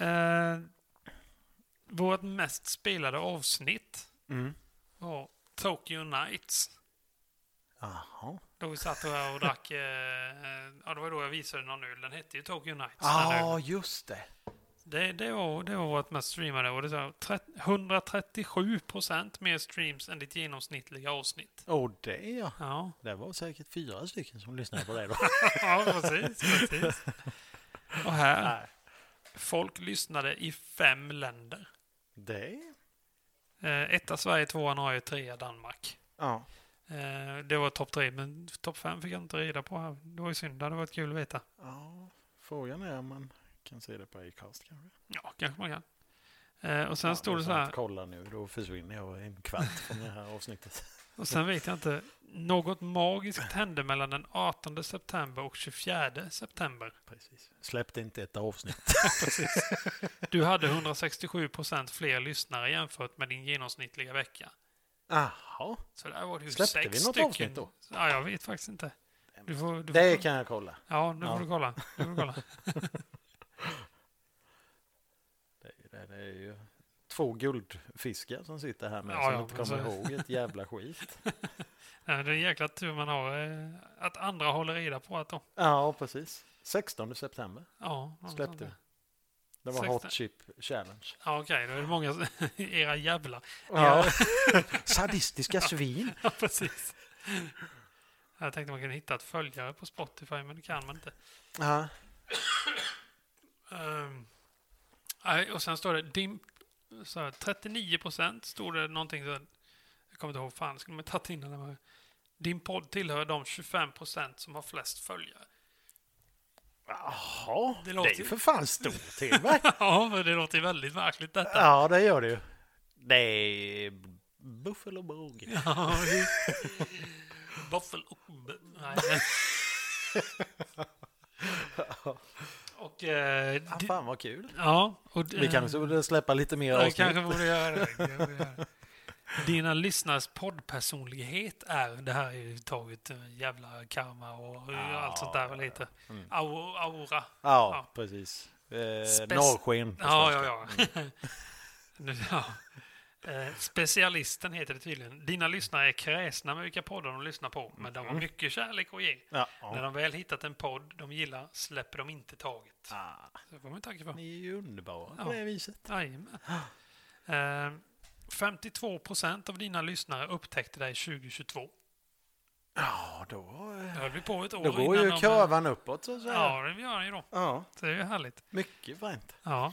Vårt mest spelade avsnitt var Tokyo Nights. Jaha. Då vi satt här och drack, det var då jag visade någon öl. Den hette ju Tokyo Nights. Ja, just det. Det var vårt mest streamade och det var 137% mer streams än ditt genomsnittliga avsnitt. Ja. Det var säkert 4 stycken som lyssnade på det då. Ja, precis. Och här, folk lyssnade i 5 länder. Etta Sverige, 2 Norge, 3 Danmark. Ja. Det var topp 3, men topp 5 fick jag inte reda på här. Det var ju synd, det hade varit kul att veta. Ja, frågan är om man kan se det på Acast kanske. Ja, kanske man kan. Och sen stod det så här... Kolla nu, då försvinner jag en kvart från det här avsnittet. Och sen vet jag inte. Något magiskt hände mellan den 18 september och 24 september. Precis. Släppte inte ett avsnitt. Precis. Du hade 167% fler lyssnare jämfört med din genomsnittliga vecka. Jaha. Så där var det ju Släppte 6 vi något stycken. Avsnitt då? Ja, jag vet faktiskt inte. Det kan jag kolla. Ja, nu får du kolla. Det är ju 2 guldfiskar som sitter här med som inte kommer ihåg ett jävla skit. Ja, det är en jäkla tur man har att andra håller reda på att de... Ja, precis. 16 september släppte vi. Det var 16. Hot Chip Challenge. Ja, okej. Då är det många era jävlar. Ja. Sadistiska svin. Ja, precis. Jag tänkte man kunde hitta ett följare på Spotify, men det kan man inte. Ja. Och sen står det 39% stod det någonting så jag kommer inte ihåg, fan skulle man ta in den. Din podd tillhör de 25% som har flest följare. Jaha, det är för fan stort till mig. Ja, men det låter väldigt märkligt detta. Ja, det gör det ju. Det är Buffalo Bog. Ja, Buffalo. Nej. Och, fan vad kul. Ja, och, vi kanske borde släppa lite mer avsnitt. Kanske borde göra det. Dina lyssnars poddpersonlighet är, det här är ju taget jävla karma och allt sånt där lite. Aura. Ja, precis. Norrsken. Ja. Specialisten heter det tydligen. Dina lyssnare är kräsna med vilka poddar de lyssnar på, men de har mycket kärlek att ge. När de väl hittat en podd de gillar släpper de inte taget. Så får man tacka för. Ni är ju underbara på det viset. Jajamän. 52% av dina lyssnare upptäckte dig 2022. Ja, då höll vi på ett år. Då går ju kurvan uppåt så att säga. Ja, det gör den ju då. Ja. Så det är ju härligt. Mycket fint. Ja.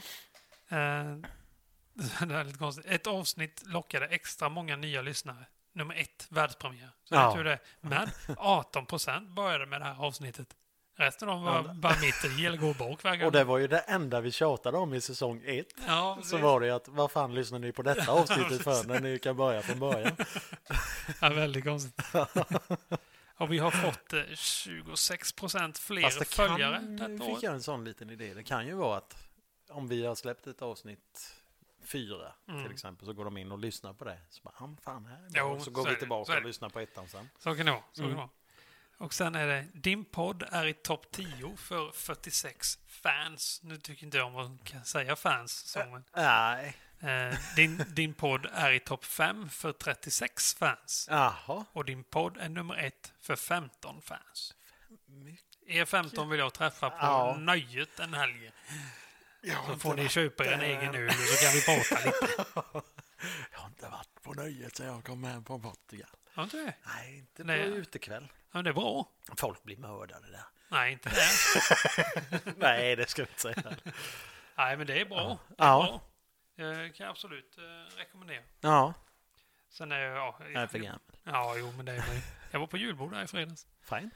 Det är lite konstigt. Ett avsnitt lockade extra många nya lyssnare. Nummer 1, världspremiär. Så vet du det. Men 18% började med det här avsnittet. Resten av var bara mitt i eller går bak. Och det var ju det enda vi tjatade om i säsong 1. Ja, så var det att, vad fan lyssnar ni på detta avsnittet för när ni kan börja från början? Ja, väldigt konstigt. Och vi har fått 26% fler följare detta år. Fick jag en sån liten idé. Det kan ju vara att om vi har släppt ett avsnitt 4 till exempel, så går de in och lyssnar på det. Så bara, fan här. Så går vi tillbaka och lyssnar på ettan sen. Så kan det vara. Och sen är det, din podd är i topp 10 för 46 fans. Nu tycker inte jag om man kan säga fans. Nej. Din podd är i topp 5 för 36 fans. Jaha. Och din podd är nummer 1 för 15 fans. Er 15 vill jag träffa på nöjet en helg. Så får ni köpa en egen öl så kan vi prata lite. Jag har inte varit på nöjet så jag kom med på Portugal. Har inte det? Nej, inte på utekväll. Ja, det är bra. Folk blir mördade där. Nej, inte det. Nej, det ska jag inte säga. Nej, men det är bra. Det är bra. Jag kan absolut rekommendera. Ja. Sen är jag är för gammal. Ja, jo, men det är mig. Jag var på julbord där i fredags. Fine.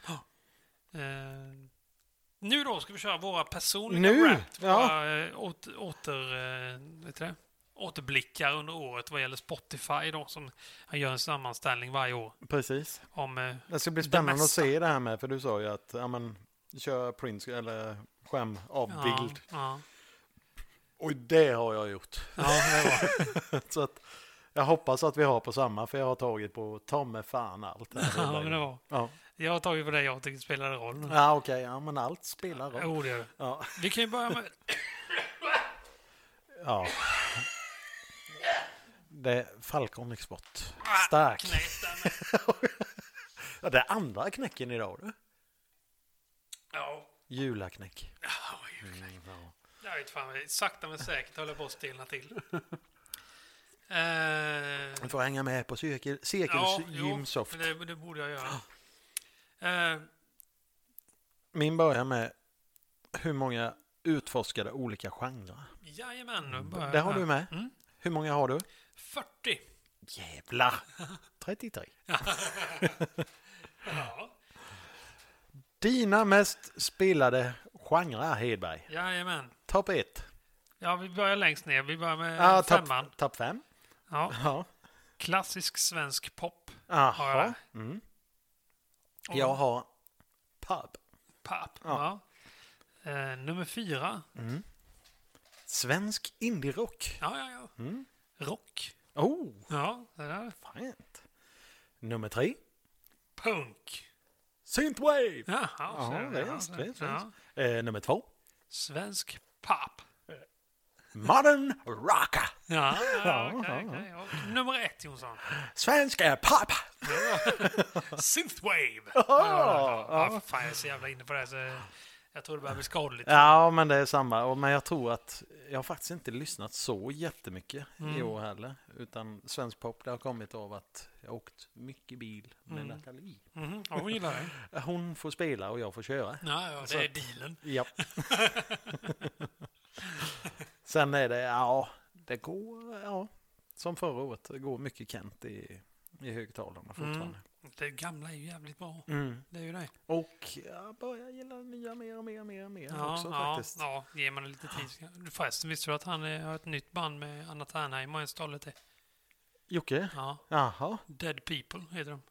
Nu då ska vi köra våra personliga återblickar under året vad gäller Spotify då, som han gör en sammanställning varje år. Precis. Det ska bli spännande att se det här med, för du sa ju att kör print eller skärm av bild. Ja. Och det har jag gjort. Ja, det var. Så att jag hoppas att vi har på samma, för jag har tagit på ta med fan allt. Ja, men det var. Ja. Jag har tagit på det jag tycker spelade roll. Ja, okej. Ja, men allt spelar roll. Jo, det gör det. Ja. Vi kan ju börja med... Ja. Det är Falcon Export. Stark. Ja, det är andra knäcken idag, du. Ja. Julaknäck. Ja, julaknäck. Jag vet fan, sakta men säkert håller på att stelna till. Du får hänga med på Cirkels Gymsoft. Det borde jag göra. Min börjar med hur många utforskade olika genrer. Jajamän. Det har du med. Mm. Hur många har du? 40. Jävlar. 33. Ja. Dina mest spelade genrer, Hedberg. Jajamän. Topp 1. Ja, vi börjar längst ner. Vi börjar med 5. Topp 5. Ja. Klassisk svensk pop. Aha. Jag har pub. Pop, ja. Nummer 4. Svensk indie-rock. Ja. Rock. Oh! Ja, det där. Fint. Nummer 3. Punk. Synthwave. Jaha, visst. Nummer 2. Svensk pop. Modern rocker. Okej. Och nummer 1, Jonsson. Svensk pop. Synthwave. Fan, jag är så jävla inne på det. Så jag tror det börjar bli skadligt. Ja, men det är samma. Men jag tror att jag har faktiskt inte lyssnat så jättemycket i år heller. Utan svensk pop, det har kommit av att jag har åkt mycket bil med Nathalie. Ja, hon gillar det. Hon får spela och jag får köra. Ja, det är dealen. Ja. Sen är det, det går, som förra året, det går mycket Kent i högtalarna fortfarande. Det gamla är ju jävligt bra. Det är ju det. Och jag börjar gilla det nya mer också faktiskt. Ja, ger man det lite tid. Förresten, visste du att han har ett nytt band med Anna Ternheim och en stollet är? Jocke? Ja. Jaha. Dead People heter de.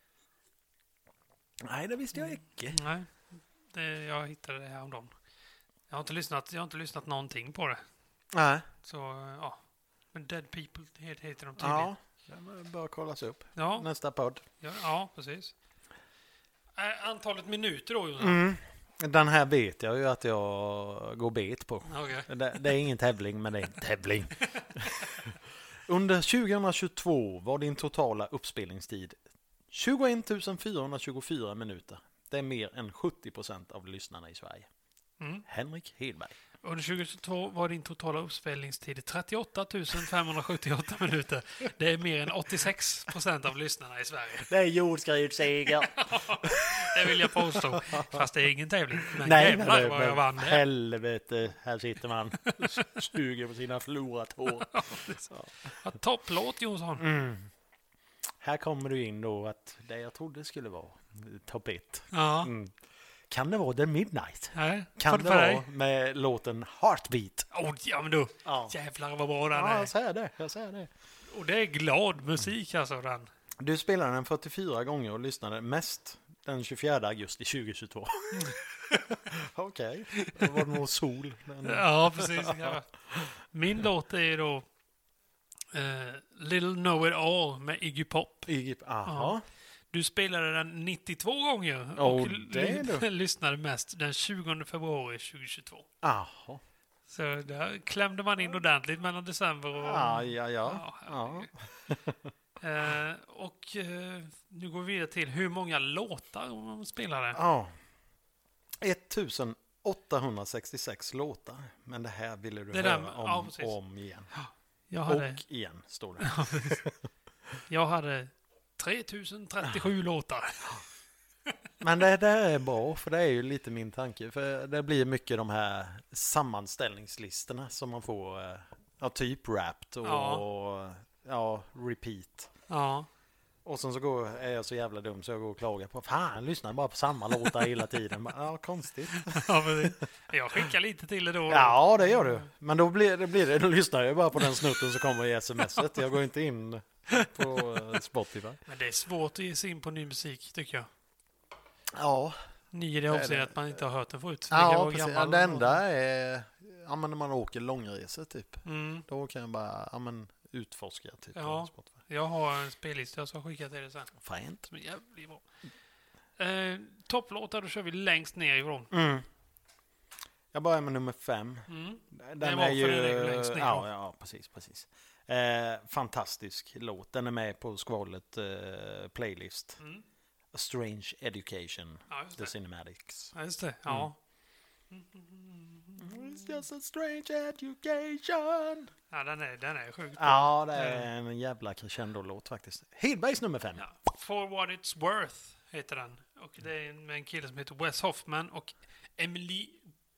Nej, det visste jag inte. Nej, jag hittade det här om dem. Jag har inte lyssnat någonting på det. Nej. Så, ja. Men Dead People heter de tydligen. Ja, det bör kollas upp. Ja. Nästa podd. Ja, precis. Antalet minuter då, Jonsson? Den här vet jag ju att jag går bet på. Okay. Det är ingen tävling, men det är en tävling. Under 2022 var din totala uppspelningstid 21 424 minuter. Det är mer än 70% av lyssnarna i Sverige. Henrik Hedberg. Under 2022 var din totala uppspelningstid 38 578 minuter. Det är mer än 86% av lyssnarna i Sverige. Det är jordskredsseger. Det vill jag påstå. Fast det är ingen tävling. Men nej, jävlar vad jag vann. Helvete, här sitter man. Suger på sina förlorat hår. Ja, topplåt, Jonsson. Här kommer du in då att det jag trodde skulle vara topp 1. Ja. Kan det vara The Midnight? Nej, kan det vara med låten Heartbeat? Ja, men du. Jävlar vad bra den är. Jag säger det. Och det är glad musik alltså den. Du spelade den 44 gånger och lyssnade mest den 24 augusti 2022. Okej. Det var nog sol. Ja, precis. Min låt är då Little Know It All med Iggy Pop. Aha. Du spelade den 92 gånger och lyssnade mest den 20 februari 2022. Aha. Så där klämde man in ordentligt mellan december och... Ja. Och nu går vi vidare till hur många låtar man spelade. Ja. 1866 låtar. Men det här ville du höra om igen. Och igen, står det. Jag hade 3037 låtar. Men det där är bra, för det är ju lite min tanke. För det blir mycket de här sammanställningslistorna som man får, typ Wrapped och repeat. Ja. Och sen så är jag så jävla dum så jag går och klagar på, fan, jag lyssnar bara på samma låtar hela tiden. Ja, konstigt. Jag skickar lite till det då. Ja, det gör du. Men då då lyssnar jag bara på den snutten som kommer i smset. Jag går inte in på Spotify. Men det är svårt att ge sig in på ny musik, tycker jag. Ja. Ny i det avseendet att man inte har hört den förut. Ja, precis. Det enda är när man åker långresor typ. Då kan jag bara utforska typ på Spotify. Jag har en spellista jag ska skicka till dig sen. Fint. Som är jävligt bra. Topplåtar, då kör vi längst ner ifrån. Jag börjar med nummer 5. Den är ju längst ner. Ja, precis. Fantastisk låt. Den är med på skvålet playlist. A Strange Education, The Cinematics. Ja, just det. Ja. It's just a strange education. Ja, den är sjukt. Ja, det är en jävla crescendo-låt faktiskt. Hedbergs nummer 5. Ja. For What It's Worth heter den. Och det är med en kille som heter Wes Hoffman och Emily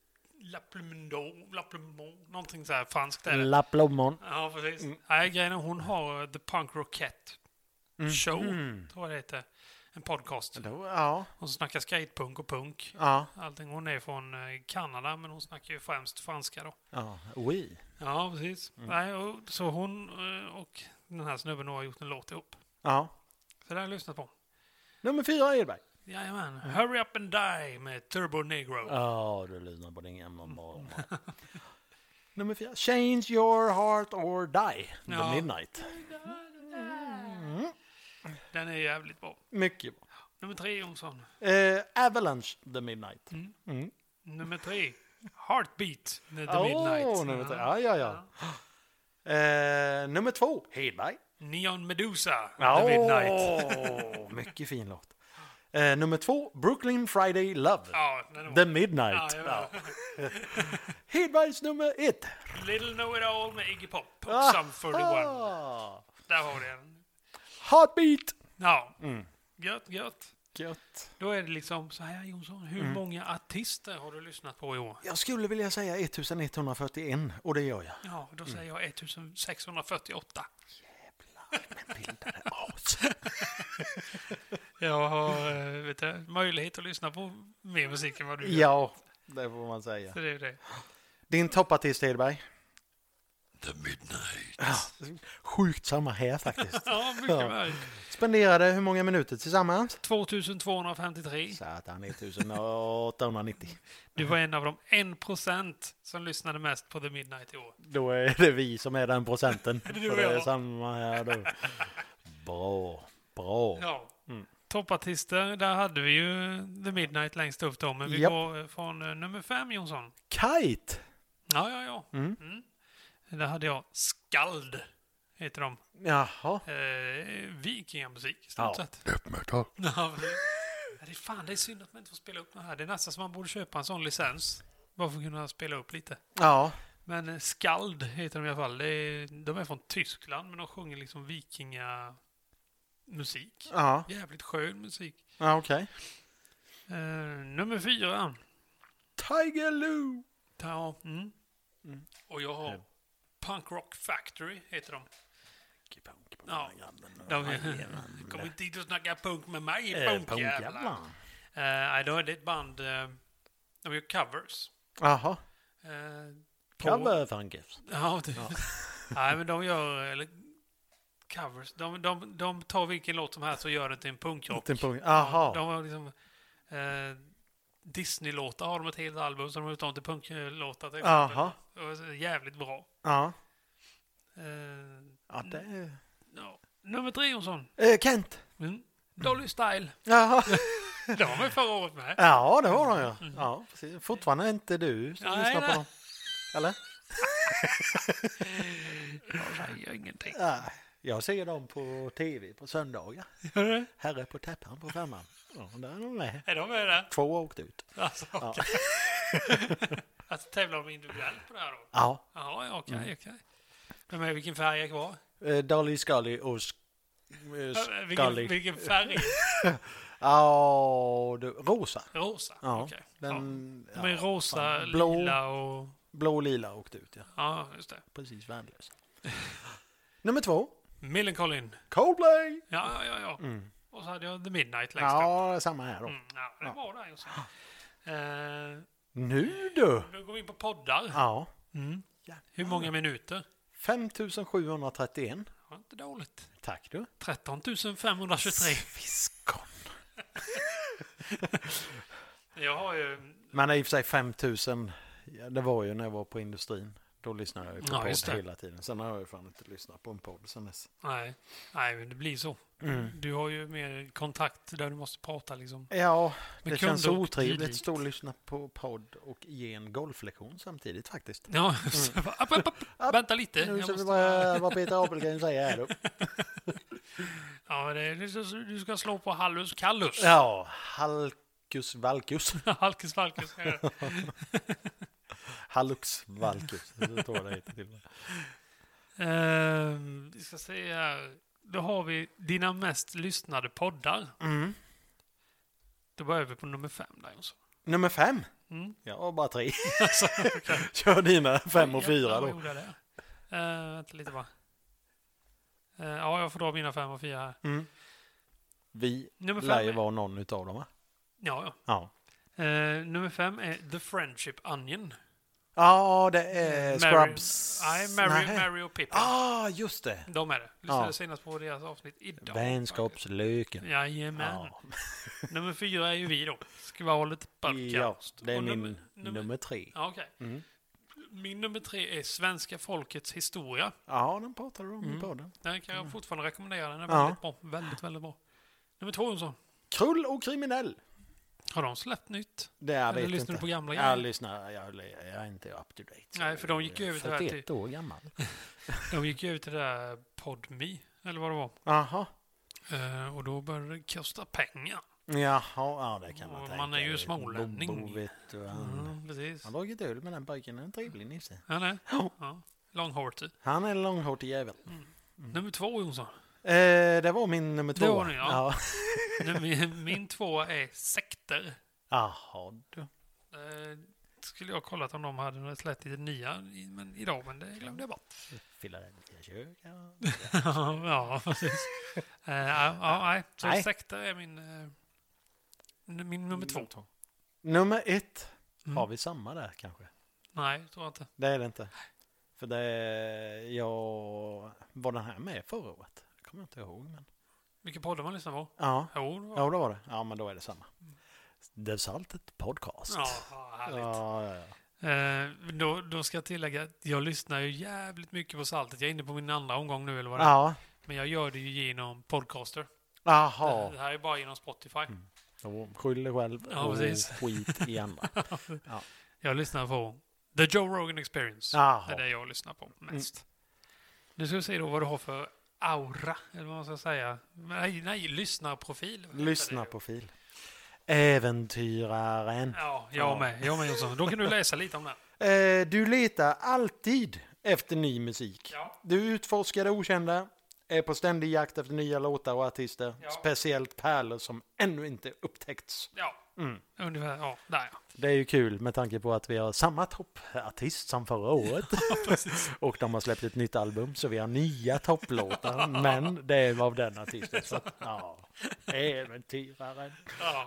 Laplemont, någonting så här franskt är det. Laplemont. Ja, precis. Nej, grejen är hon har The Punk Rockette Show, tror jag det heter. en podcast. Ja. Hon snackar skatepunk och punk. Ja. Allting. Hon är från Kanada, men hon snackar ju främst franska då. Ja, oui. Ja, precis. Nej, så hon och den här snubben har gjort en låt ihop. Ja. Så det har jag lyssnat på. Nummer 4, Edberg. Jajamän. Hurry Up and Die med Turbo Negro. Ja, du lyssnar på den gamla morgon. Nummer 4, Change Your Heart or Die. The Midnight. Den är jävligt bra. Mycket bra. Nummer 3, Jonsson. Avalanche, The Midnight. Nummer 3, Heartbeat med The Midnight. Nummer 3. Ja. Nummer 2, Hedberg. Neon Medusa, The Midnight. Mycket fin låt. Nummer 2, Brooklyn Friday Love. Ja, The Midnight. Hedbergs nummer 1. Little Know It All med Iggy Pop och Sum 41. Där har du den. Heartbeat. Ja, gött. Gött. Då är det liksom så här, Jonsson. Hur många artister har du lyssnat på i år? Jag skulle vilja säga 1141 och det gör jag. Ja, då säger jag 1648. Jävlar, men bildade as. Jag har möjlighet att lyssna på mer musik än vad du gör. Ja, det får man säga. Så det är det. Din toppartist, Hedberg? The Midnight. Ja, sjukt samma här faktiskt. Ja, mycket väl. Spenderade hur många minuter tillsammans? 2253. Satan, 1890. Du var en av de 1% som lyssnade mest på The Midnight i år. Då är det vi som är den procenten. Du Så och det är jag. samma här då. Bra. Ja. Toppartister, där hade vi ju The Midnight längst upp då. Men vi går från nummer 5, Jonsson. Kite. Ja. Där hade jag Skald, heter de. Jaha. Vikingamusik i stort sett. Metal. Ja, det är synd att man inte får spela upp det här. Det är nästan som man borde köpa en sån licens. Bara för att kunna spela upp lite. Ja. Men Skald heter de i alla fall. De är från Tyskland, men de sjunger liksom vikingamusik. Ja. Jävligt skön musik. Ja, okej. Nummer 4. Tiger Lou. Ja. Och jag har Punk Rock Factory, heter de. Ja, de kommer inte dit och snacka punk med mig, punkjävlar. Nej, då är det ett band, de gör covers. Jaha. Coverfunkers. Ja, nej, men de gör covers. De tar vilken låt som helst och gör det till en punkrock. Jaha. De har liksom Disney-låtar har de ett helt album som de har utan till punklåtar. Jaha. Jävligt bra. Ja. Ja, det är... Nummer 3, Jonsson. Kent. Dolly Style. Jaha. Det var med förra året med. Ja, det var de ju. Ja, precis. Fortfarande inte du som lyssnar på dem. Eller? Jag säger ingenting. Jag ser dem på tv på söndagar. Herre på täppan på 5:an. Ja, där är de med. Är de med där? 2 har åkt ut. Alltså, okay. Att tävla om individuellt på det här då? Ja. Ja, okej. Men med vilken färg är kvar? Dolly, Scully och Scully. Vilken färg? Ja, rosa. Rosa, ja, okej. Den, de är rosa, blå, lila och... Blå och lila åkte ut, ja. Ja, just det. Precis, värdelös. Nummer 2. Millencolin. Coldplay. Ja. Och så hade jag The Midnight längst upp. Ja, samma här då. Ja, det var där just. Nu då? Nu går vi in på poddar. Ja. Hur många minuter? 5731. Ja, inte dåligt. Tack du. 13 523. Sviskon. Jag har ju... Men i och för sig 5000. Ja, det var ju när jag var på industrin. Då lyssnade jag ju på podd hela tiden. Sen har jag ju fan inte lyssnat på en podd sen dess. Nej, men det blir så. Du har ju mer kontakt där du måste prata liksom. Ja, det känns otrevligt att stå och lyssna på podd och ge en golflektion samtidigt faktiskt. Ja, vänta lite. Nu ska vi bara vad Peter Apelgren säger här då. Ja, du ska slå på Hallus Kallus. Ja, Halkus Valkus. Halkus Valkus. Hallux Valkus. Det tror jag det heter till. Vi ska se här. Då har vi dina mest lyssnade poddar. Då börjar vi på nummer 5 där. Nummer 5? Ja, bara 3. Alltså, okay. Kör dina 5 och 4 då. Vänta lite bara. Ja, jag får dra mina 5 och 4 här. Vi lär ju vara någon utav dem, va? Ja. Nummer 5 är The Friendship Onion. Ja, det är Scrubs. Mary och Pippin. Just det. De är det. Lyssnade senast på deras avsnitt idag. Vänskapslöken. Jajamän. Nummer 4 är ju vi då. Ska vi ha lite podcast. Ja, det är min nummer 3. Ja, okej. Min nummer 3 är Svenska folkets historia. Ja, den pratar du om i podden. Den kan jag fortfarande rekommendera. Den är väldigt bra. Väldigt, väldigt bra. Nummer 2, Jonsson. Krull och kriminell. Har de släppt nytt? Eller lyssnar du på gamla grejer? Jag lyssnar. Jag är inte up to date. Nej, för de gick över till 41 år gammal. De gick över till det där PodMe, eller vad det var. Aha. Och då började det kosta pengar. Jaha, det kan man tänka. Man är ju smålänning. Precis. Han har dragit öl med den pojken. En trevlig nisse. Han är? Ja. Långhårtig. Han är en långhårtig jävel. Nummer 2, Jonsson. Det var min nummer 2. Det var den, ja. Min 2 är sekter. Jaha, du. Skulle jag kollat om de hade något slätt i det nya idag, men det glömde jag bort. Philadelphia kyrka. Ja, precis. Nej. Så sekter är min nummer 2. Nummer 1. Har vi samma där kanske? Nej, tror jag inte. Det är det inte. För var den här med förra året? Det kommer jag inte ihåg. Men... Vilka poddar man lyssnar på? Ja, då var det. Ja, men då är det samma. Det Saltet podcast. Ja, härligt. Då ska jag tillägga att jag lyssnar ju jävligt mycket på Saltet. Jag är inne på min andra omgång nu, eller vad det är. Ja. Men jag gör det ju genom Podcaster. Jaha. Det här är bara genom Spotify. Skyll dig själv och skit i andra. Ja. Jag lyssnar på The Joe Rogan Experience. Jaha. Det är det jag lyssnar på mest. Nu ska vi se då vad du har för aura, eller vad man ska säga. Nej, lyssnarprofil. Lyssnarprofil. Äventyraren. Ja, jag med Jonsson. Då kan du läsa lite om det. Du letar alltid efter ny musik. Ja. Du utforskar det okända, är på ständig jakt efter nya låtar och artister. Ja. Speciellt pärlor som ännu inte upptäckts. Ja, ungefär. Ja, där ja. Det är ju kul med tanke på att vi har samma toppartist som förra året. Och de har släppt ett nytt album, så vi har nya topplåtar. Men det är av den artisten. Så att, äventyraren.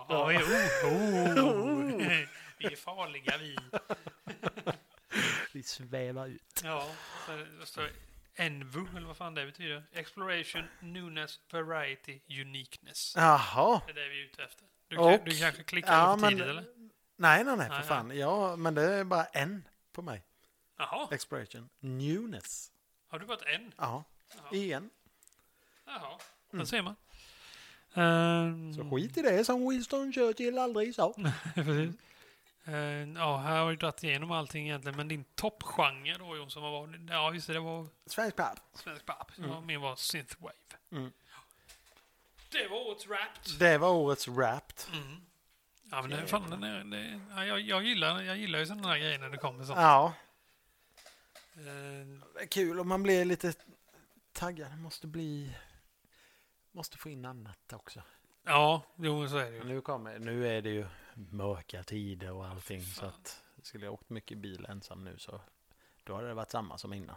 Vi är farliga, vi. Vi svävar ut. Ja, så står Envu, eller vad fan det betyder. Exploration, newness, variety, uniqueness. Jaha. Det är det vi är ute efter. Du kanske klickar över tidigt, eller? Nej, för fan. Ja, men det är bara en på mig. Jaha. Exploration, newness. Har du bara en? Ja, igen. Jaha, det ser man. Så skit i det som Winston Churchill aldrig sa. Precis. Här har vi dragit igenom allting egentligen, men din toppgenre då, Jonsson, vad var det? Ja, just det var... Svensk pop. Min var synthwave. Det var årets Wrapped. Ja, men jag gillar ju sådana där grejer när det kommer sånt. Ja. Det är kul om man blir lite taggad. Måste få in annat också. Ja, jo, så är det ju. Nu är det ju mörka tider och allting. Så att skulle jag åkt mycket bil ensam nu, så då hade det varit samma som innan.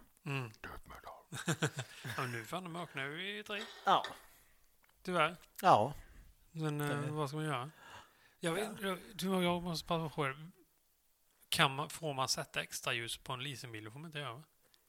Ja, nu fan mörknar vi i 3. Ja. Tyvärr. Ja. Men vad ska man göra? Jag måste bara fråga. Får man sätta extra ljus på en leasingbil? Det får man inte göra, va?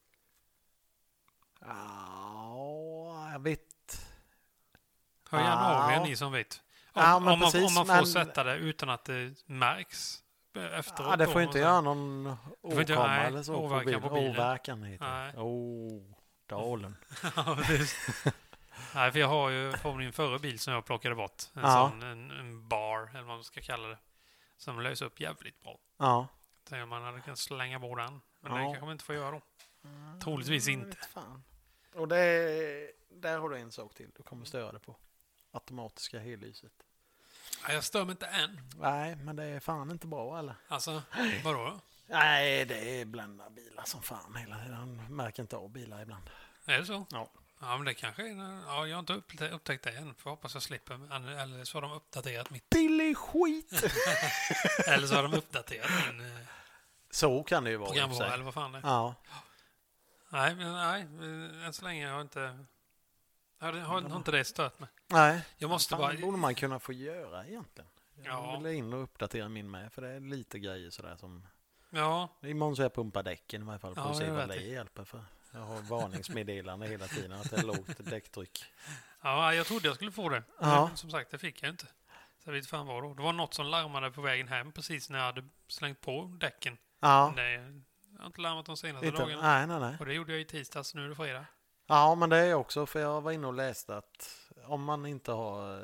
Ja, jag vet. Hör gärna av er, ni som vet. Om man får sätta det utan att det märks efteråt. Ja, det får inte göra någon åkomma eller så. Åverkan på bilen. Åverkan heter det. Dalen. Nej, för jag har ju på min förra bil som jag plockade bort. En bar, eller vad man ska kalla det. Som löser upp jävligt bra. Ja. Tänker man hade kunnat slänga bort den. Men det kanske man inte får göra då. Troligtvis inte. Fan. Och där har du en sak till. Du kommer störa det på. Automatiska hellyset. Ja, jag stör mig inte än. Nej, men det är fan inte bra, eller? Alltså, vadå? Nej, det är blända bilar som fan hela tiden. Man märker inte av bilar ibland. Är det så? Ja. Ja, men det kanske är... Ja, jag har inte upptäckt det än. För hoppas jag slipper. Eller så har de uppdaterat mitt... Billig skit! Eller så har de uppdaterat min... Så kan det ju vara. Programvara, eller vad fan det är. Ja. Nej, än så länge har jag inte Har inte det stört mig? Nej. Jag måste bara... borde man kunna få göra egentligen. Ja. Jag vill in och uppdatera min med, för det är lite grejer sådär som... Ja. Imorgon så jag pumpar däcken i varje fall för att se vad det det. hjälper för. Jag har varningsmeddelande hela tiden att det är lågt däcktryck. Ja, jag trodde jag skulle få det. Ja. Men som sagt, det fick jag inte. Så jag vet fan vad då. Det var något som larmade på vägen hem precis när jag hade slängt på däcken. Ja. Nej, jag har inte larmat de senaste dagarna. Nej. Och det gjorde jag i tisdags, nu är det fredag. Ja, men det är också, för jag var inne och läste att om man inte har...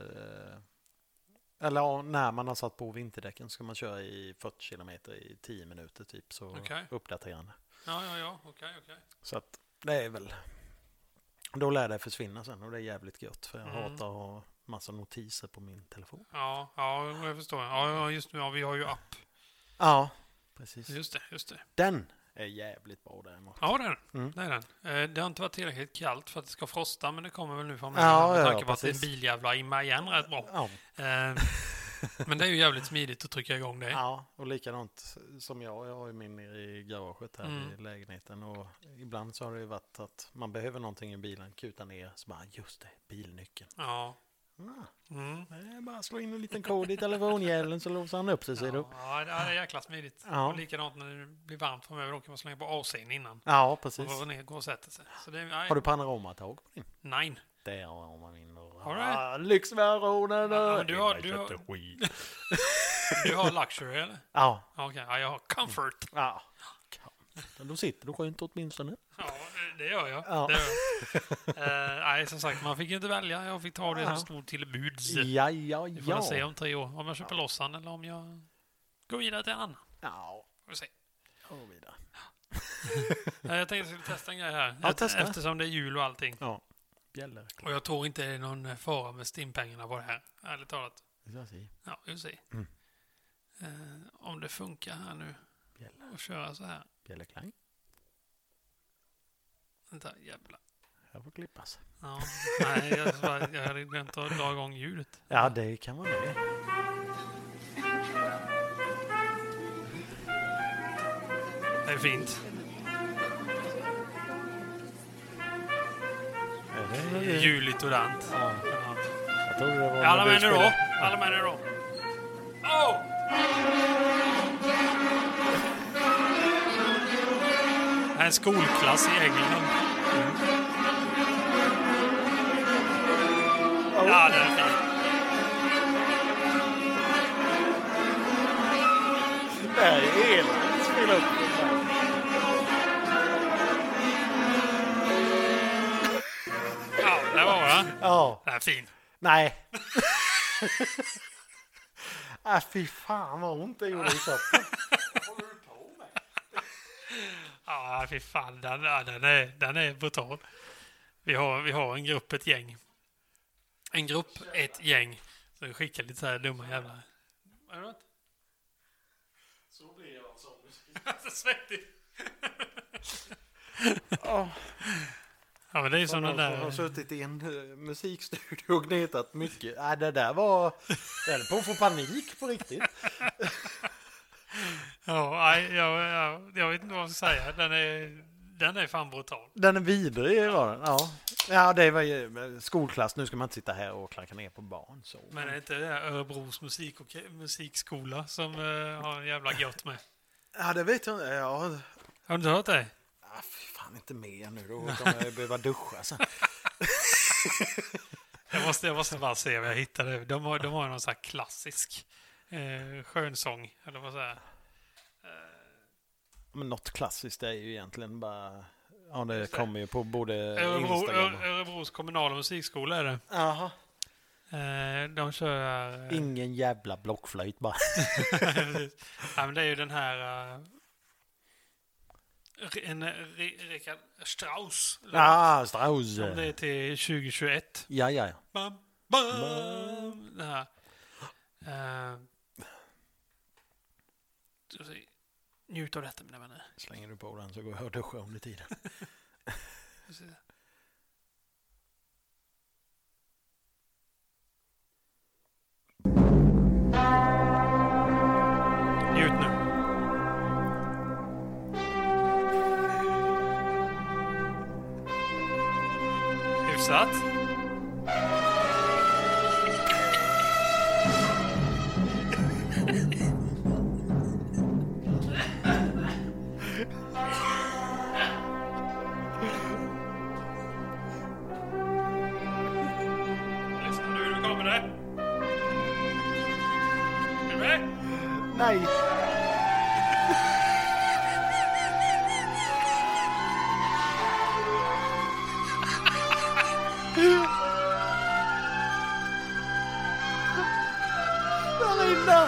Eller när man har satt på vinterdäcken ska man köra i 40 kilometer i 10 minuter typ, så uppdaterande. Ja, okej. Så att det är väl... Då lär det försvinna sen och det är jävligt gött, för jag hatar att ha massa notiser på min telefon. Ja, jag förstår. Ja, just nu, vi har ju app. Ja, precis. Just det. Den är jävligt bra däremot. Ja, det är den. Det har inte varit tillräckligt kallt för att det ska frosta, men det kommer väl nu från mig. Ja, med tanke på att det är en biljävla i mig igen rätt bra. Ja. Men det är ju jävligt smidigt att trycka igång det. Ja, och likadant som jag har ju min nere i garaget här i lägenheten, och ibland så har det ju varit att man behöver någonting i bilen, kuta ner, så bara just det, bilnyckeln. Ja. Det är bara slå in en liten kod i telefonhjälmen så låser han upp sig, ser du. Ja, det är jäkla smidigt. Ja. Och likadant när det blir varmt framöver, då kan man slänga på AC:n innan. Ja, precis. Och gå och sätta sig. Så det, har du panoramatag på din? Nej. Det har man in och... Har du? Lyxversionen! Du har luxury, eller? Ja. Okej, jag har comfort. Ja. Då sitter du skönt åtminstone. Ja, det gör jag. Ja. Nej, som sagt, man fick inte välja. Jag fick ta det som stod till buds. Ja. Vi får se om 3 år. Om jag köper lossan eller om jag går vidare till en annan. Ja. Får vi se. Gå vidare. Jag tänkte att jag skulle testa en grej här. Ja, testa. Eftersom det är jul och allting. Ja. Bjäller. Och jag tror inte det är någon fara med stimpengarna på det här. Ärligt talat. Vi se. Ja, vi får se. Om det funkar här nu. Bjäller. Och köra så här. Bjällerklang. Vänta, jävlar. Jag får klippas. Ja, nej, jag hade glömt att dra igång ljudet. Ja, det kan vara det. Det är fint. Juligt och dant. Ja. Jag tror det var alla med nu då. Oh! Det är en skolklass i England. Ja, det är fint. Det här är helt spela upp. Ja, det var det. Ja. Det är fint. Nej. Fy fan vad ont det gjorde i kroppen. Vad håller du på med? Ja, fy fan. Den är brutal. Vi har en grupp, ett gäng. En grupp, ett gäng. Så vi skickar lite så här dumma jävlar. Vad är det? Så blir jag som musik. Så svettig. Ja. Ja, men det är ju som den där... Jag har suttit i en musikstudio och gnetat mycket. Nej, det där var... Jag höll på att få panik på riktigt. Ja, jag vet inte vad jag ska säga. Den är fan brutal. Den är vidrig, var den. Ja. Ja, det var ju skolklass. Nu ska man inte sitta här och klanka ner på barn. Så. Men är inte det här Örebros musikskola som har en jävla gott med? Ja, det vet jag inte. Ja. Har du inte hört det? Ja, fy fan, inte mer nu. Då kommer jag behöva duscha sen. jag måste bara se vad jag hittade. De har någon sån här klassisk skönsång. Eller vad säger Men något klassiskt är ju egentligen bara... Ja, det kommer ju på både Instagram och... Örebros kommunala musikskola är det. Jaha. De kör... Ingen jävla blockflöjt bara. Ja, men det är ju den här... Richard Strauss. Strauss. Som det är till 2021. Ja. Bam, bam. Det här. Njut av detta, mina vänner. Slänger du på den så går jag och duschar under tiden. Njut nu. Hyfsat. Lyssna nu, nu kommer det. Är du med? Nej. Där inne.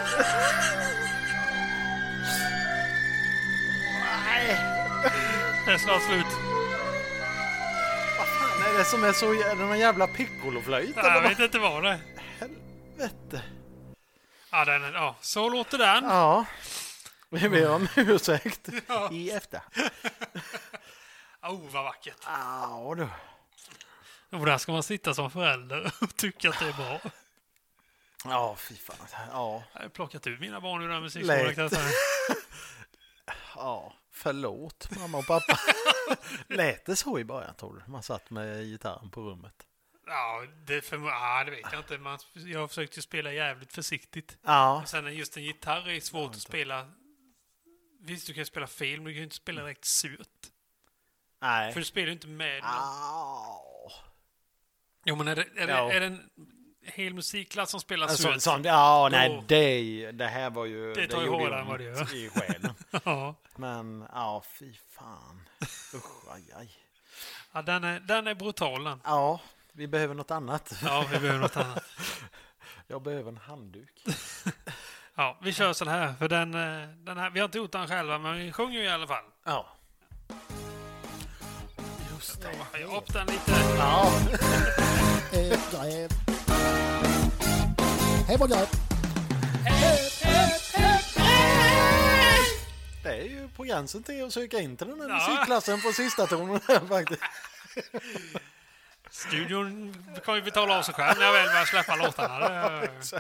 Nej. Det är snart slut. Vad fan är det som är så... Är det någon jävla piccoloflöjt? Jag vet inte vad det är. Helvete. Ja, så låter den. Ja. Vi ber om ursäkt i efter. Vad vackert. Ja, då. Och där ska man sitta som förälder och tycka att det är bra. Ja, fy fan. Ja. Jag har plockat ut mina barn ur den musikskolan. Ja, förlåt mamma och pappa. Lät det så i början, tror du? Man satt med gitarren på rummet. Ja, det vet jag inte. Jag har försökt ju spela jävligt försiktigt. Ja. Och sen just en gitarr är svårt att spela. Visst, du kan spela fel, men du kan ju inte spela direkt surt. Nej. För du spelar ju inte med. Jo, men är det en hel musikklass som spelar surt? Det här var ju... Det tar ju hårdare än vad det gör. I själen. Ja. Men, fy fan. Usch, aj. Ja, den är brutal den. Ja, vi behöver något annat. Ja, vi behöver något annat. Jag behöver en handduk. Ja, vi kör så här. För den här, vi har inte gjort den själva, men vi sjunger ju i alla fall. Ja. Just det. Jag har upp den lite. Ja. Hej på dig. Det är ju på gränsen till att söka in till den här musikklassen på sista tonen faktiskt. Studion kan ju betala av sig själv när jag väl börjar släppa låtarna.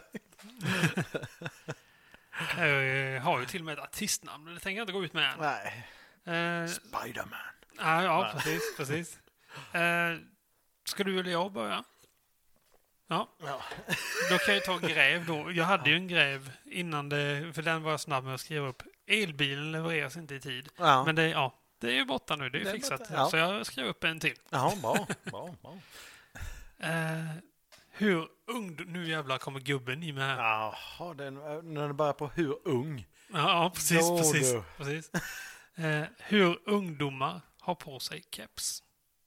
Jag har ju till och med ett artistnamn, men det tänker jag inte gå ut med än. Nej. Spiderman. Ja, precis. Ska du eller jag börja? Ja. Då kan jag ta gräv då. Jag hade ju en gräv innan för den var jag snabb med att skriva upp. Elbilen levereras inte i tid. Ja. Men det är ju borta nu, det är ju fixat. Ja. Så jag skrev upp en till. Ja, bra. Hur ung... Nu jävlar kommer gubben i mig här. Jaha, när det börjar på hur ung. Ja, precis. Hur ungdomar har på sig keps.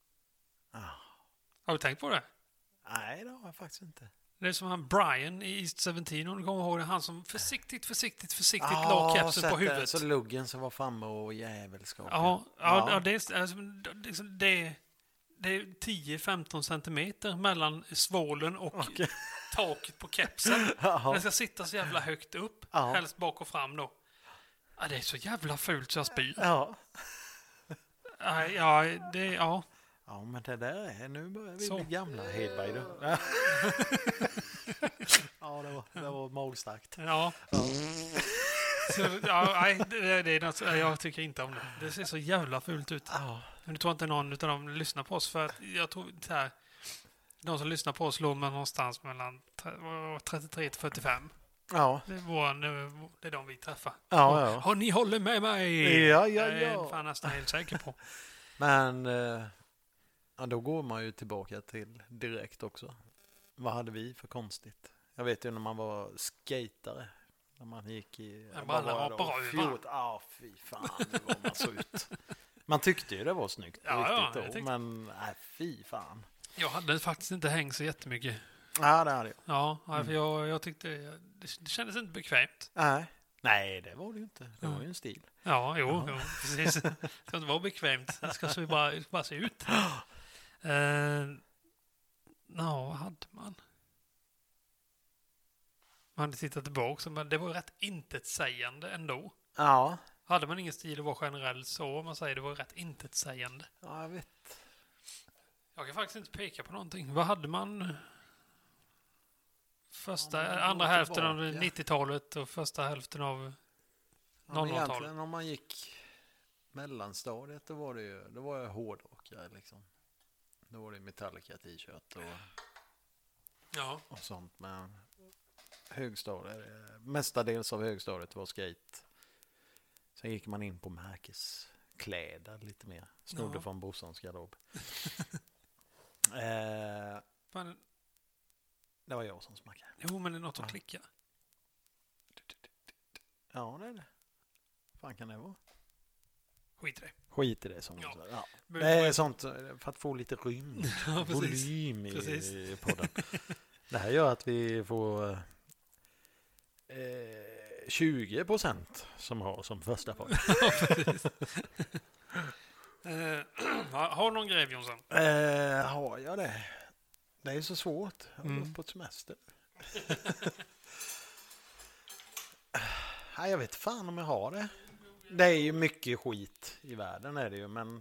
Har du tänkt på det? Nej, det har jag faktiskt inte. Det är som han Brian i East 17, om du kommer ihåg det. Han som försiktigt la kepsen på huvudet. Så luggen som var framme och jävelskap. Ja, det är 10-15 centimeter mellan svålen och taket på kepsen. Den ska sitta så jävla högt upp, helst bak och fram då. Ja, det är så jävla fult så jag spyr. Ja. Ja, men det där är... Nu börjar vi bli gamla, Hedberg då. Ja, det var magstarkt. Ja. Det är något, jag tycker inte om det. Det ser så jävla fult ut. Men du tror inte någon av dem lyssnar på oss, för att jag tror så här, de som lyssnar på oss låg med någonstans mellan 33 till 45. Ja. Det är de vi träffar. Ja. Har ni håller med mig? Ja. Det är fan nästan helt säker på. Men då går man ju tillbaka till direkt också. Vad hade vi för konstigt? Jag vet ju när man var skatare. När man gick i... fy fan, det var man så ut. Man tyckte ju det var snyggt. Men fy fan. Jag hade faktiskt inte hängt så jättemycket. Ja, det hade jag. Ja, för jag tyckte det kändes inte bekvämt. Nej, det var det ju inte. Det var ju en stil. Ja, jo, precis. Det ska inte vara bekvämt. Det ska så bara se ut. Vad hade man? Man hade tittat tillbaka, men det var rätt intetsägande ändå. Ja. Hade man ingen stil och var generell så, man säger det var rätt intetsägande. Ja, jag vet. Jag kan faktiskt inte peka på någonting. Vad hade man andra hälften av 90-talet och första hälften av 00-talet? Egentligen om man gick mellanstadiet, då var det hårdrockare liksom. Då var det Metallica t-shirt och sånt. Men mestadels av högstadiet var skate. Sen gick man in på kläder lite mer. Snodde från brorsans garderob. Det var jag som smackade. Jo, men det är något att klicka. Ja, det är det. Fan kan det vara? Skit i det. Som det är sånt för att få lite rymd. Volym i podden. Det här gör att vi får 20% som har som första podd. Har du någon grej, Jonsson? Har jag det? Det är så svårt. Jag har på ett semester. Nej, jag vet fan om jag har det. Det är ju mycket skit i världen är det ju, men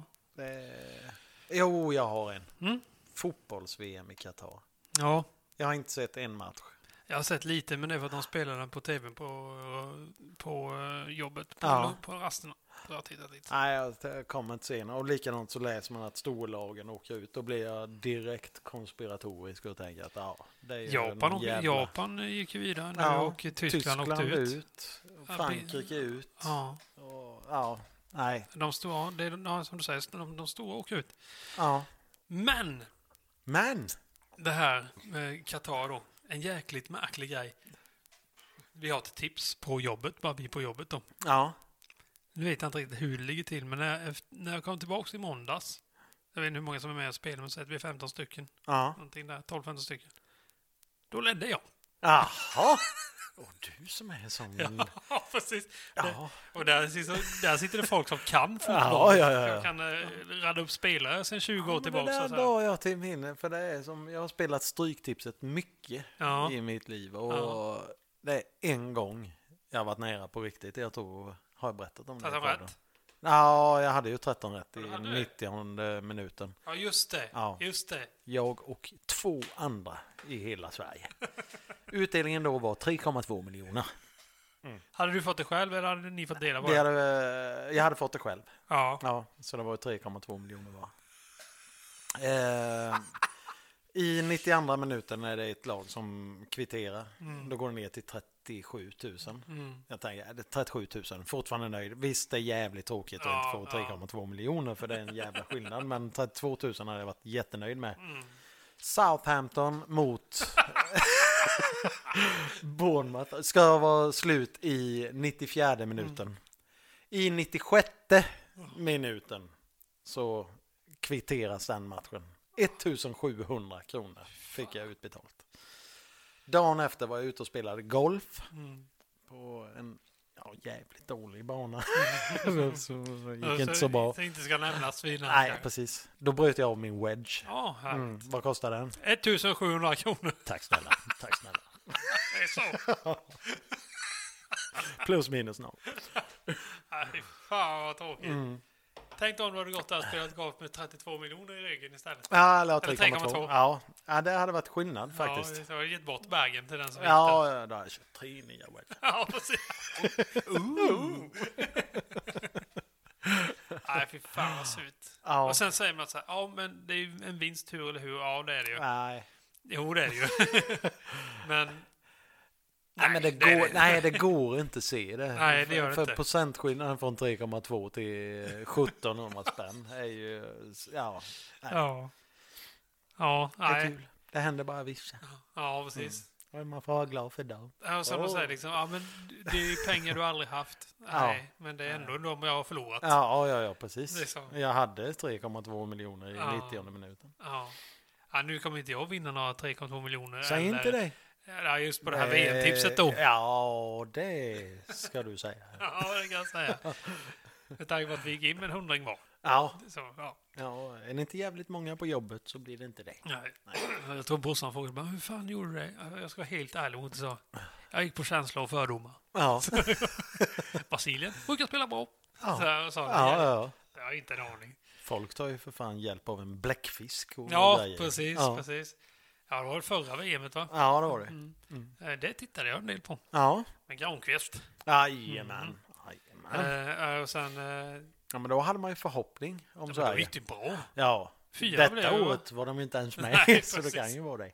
jo, jag har en. Fotbolls-VM i Qatar. Ja. Jag har inte sett en match. Jag har sett lite, men det är för att de spelar den på tv på jobbet, på rasterna. Jag har tittat lite. Nej, jag kommer inte se. Och likadant så läser man att storlagen åker ut. Då blir jag direkt konspiratorisk och tänker att det är Japan gick ju vidare nu och Tyskland åkte ut. Frankrike ut. Ja. Nej. De stora, det är som du säger, de stora åker ut. Ja. Men! Det här med Qatar då. En jäkligt märklig grej. Vi har ett tips på jobbet, bara vi på jobbet då. Ja. Nu vet jag inte riktigt hur det ligger till, men när jag kom tillbaka i måndags, jag vet inte hur många som är med och spelar, men så att vi är 15 stycken. Ja. Någonting där, 12-15 stycken. Då ledde jag. Jaha! Och du som är sån... Ja, precis. Ja. Och där sitter det folk som kan fotboll. Ja. Jag kan radda upp spelare sedan 20 år tillbaka. Det där drar jag till minne, för det är som... Jag har spelat Stryktipset mycket i mitt liv. Och det är en gång jag har varit nära på riktigt. Jag tror... Har jag berättat om det? Rätt? Ja, jag hade ju 13 rätt i 90:e minuten. Ja, just det. Ja. Just det. Jag och 2 andra i hela Sverige. Utdelningen då var 3,2 miljoner. Hade du fått det själv eller hade ni fått dela på det? Jag hade fått det själv. Ja. Så det var 3,2 miljoner var. I 92:a minuten är det ett lag som kvitterar. Då går det ner till 37 000. Jag tänker, 37 000, fortfarande nöjd. Visst, det är jävligt tråkigt att inte få 3,2 miljoner, för det är en jävla skillnad. Men 32 000 hade jag varit jättenöjd med. Southampton mot Bournemouth ska vara slut i 94:e minuten. I 96:e minuten så kvitteras den matchen. 1700 kronor fick jag utbetalt. Dagen efter var jag ute och spelade golf på en jävligt dålig bana. så gick inte så bra. Det inte ska nämnas vid. Nej, precis. Då bröt jag av min wedge. Vad kostar den? 1700 kronor. Tack snälla. Det är så. Plus minus noll. Nej, fan vad tråkigt. Tänk om du hade gått där och spelat golf med 32 miljoner i ryggen istället. Ja, eller 3,2. Ja, det hade varit skillnad faktiskt. Ja, jag har gett bort bagen till den som Ja, då har jag kört 3 nya wedge. Ja, precis. Nej, fy fan vad surt. Ja. Och sen säger man så här, men det är ju en vinsttur, eller hur? Ja, det är det ju. Nej. Jo, det är det ju. Men... Nej, det går inte att se det. Nej, det gör det för inte. Procentskillnaden från 3,2 till 1700 spänn är ju... Ja. Det är kul. Det händer bara vissa. Ja, precis. Man får vara glad för det. Ja, som man säger liksom, men det är ju pengar du aldrig haft. Nej, men det är ändå de jag har förlorat. Ja, precis. Liksom. Jag hade 3,2 miljoner i 90:e minuten. Ja, nu kommer inte jag vinna några 3,2 miljoner. Säg inte det. Ja, just på det här VM-tipset då. Ja, det ska du säga. Ja, det kan jag säga. Med tanke på att vi gick in med 100 var. Ja. Så, Ja, är det inte jävligt många på jobbet så blir det inte det. Nej. Jag tror brorsan frågade hur fan gjorde du det? Jag ska vara helt ärlig mot det, så. Jag gick på känsla och fördomar. Ja. Brasilien brukar spela bra. Ja. Så, Ja. Jag har inte en aning. Folk tar ju för fan hjälp av en bläckfisk. Och precis. Ja, det var det förra VMet, va? Ja, det var det. Det tittade jag en del på. Ja. Med Granqvist. Jajamän. Och sen... Ja, men då hade man ju förhoppning om Sverige. Det gick ju bra. Ja. 4 Detta året var de inte ens med. Nej, så det kan ju vara det.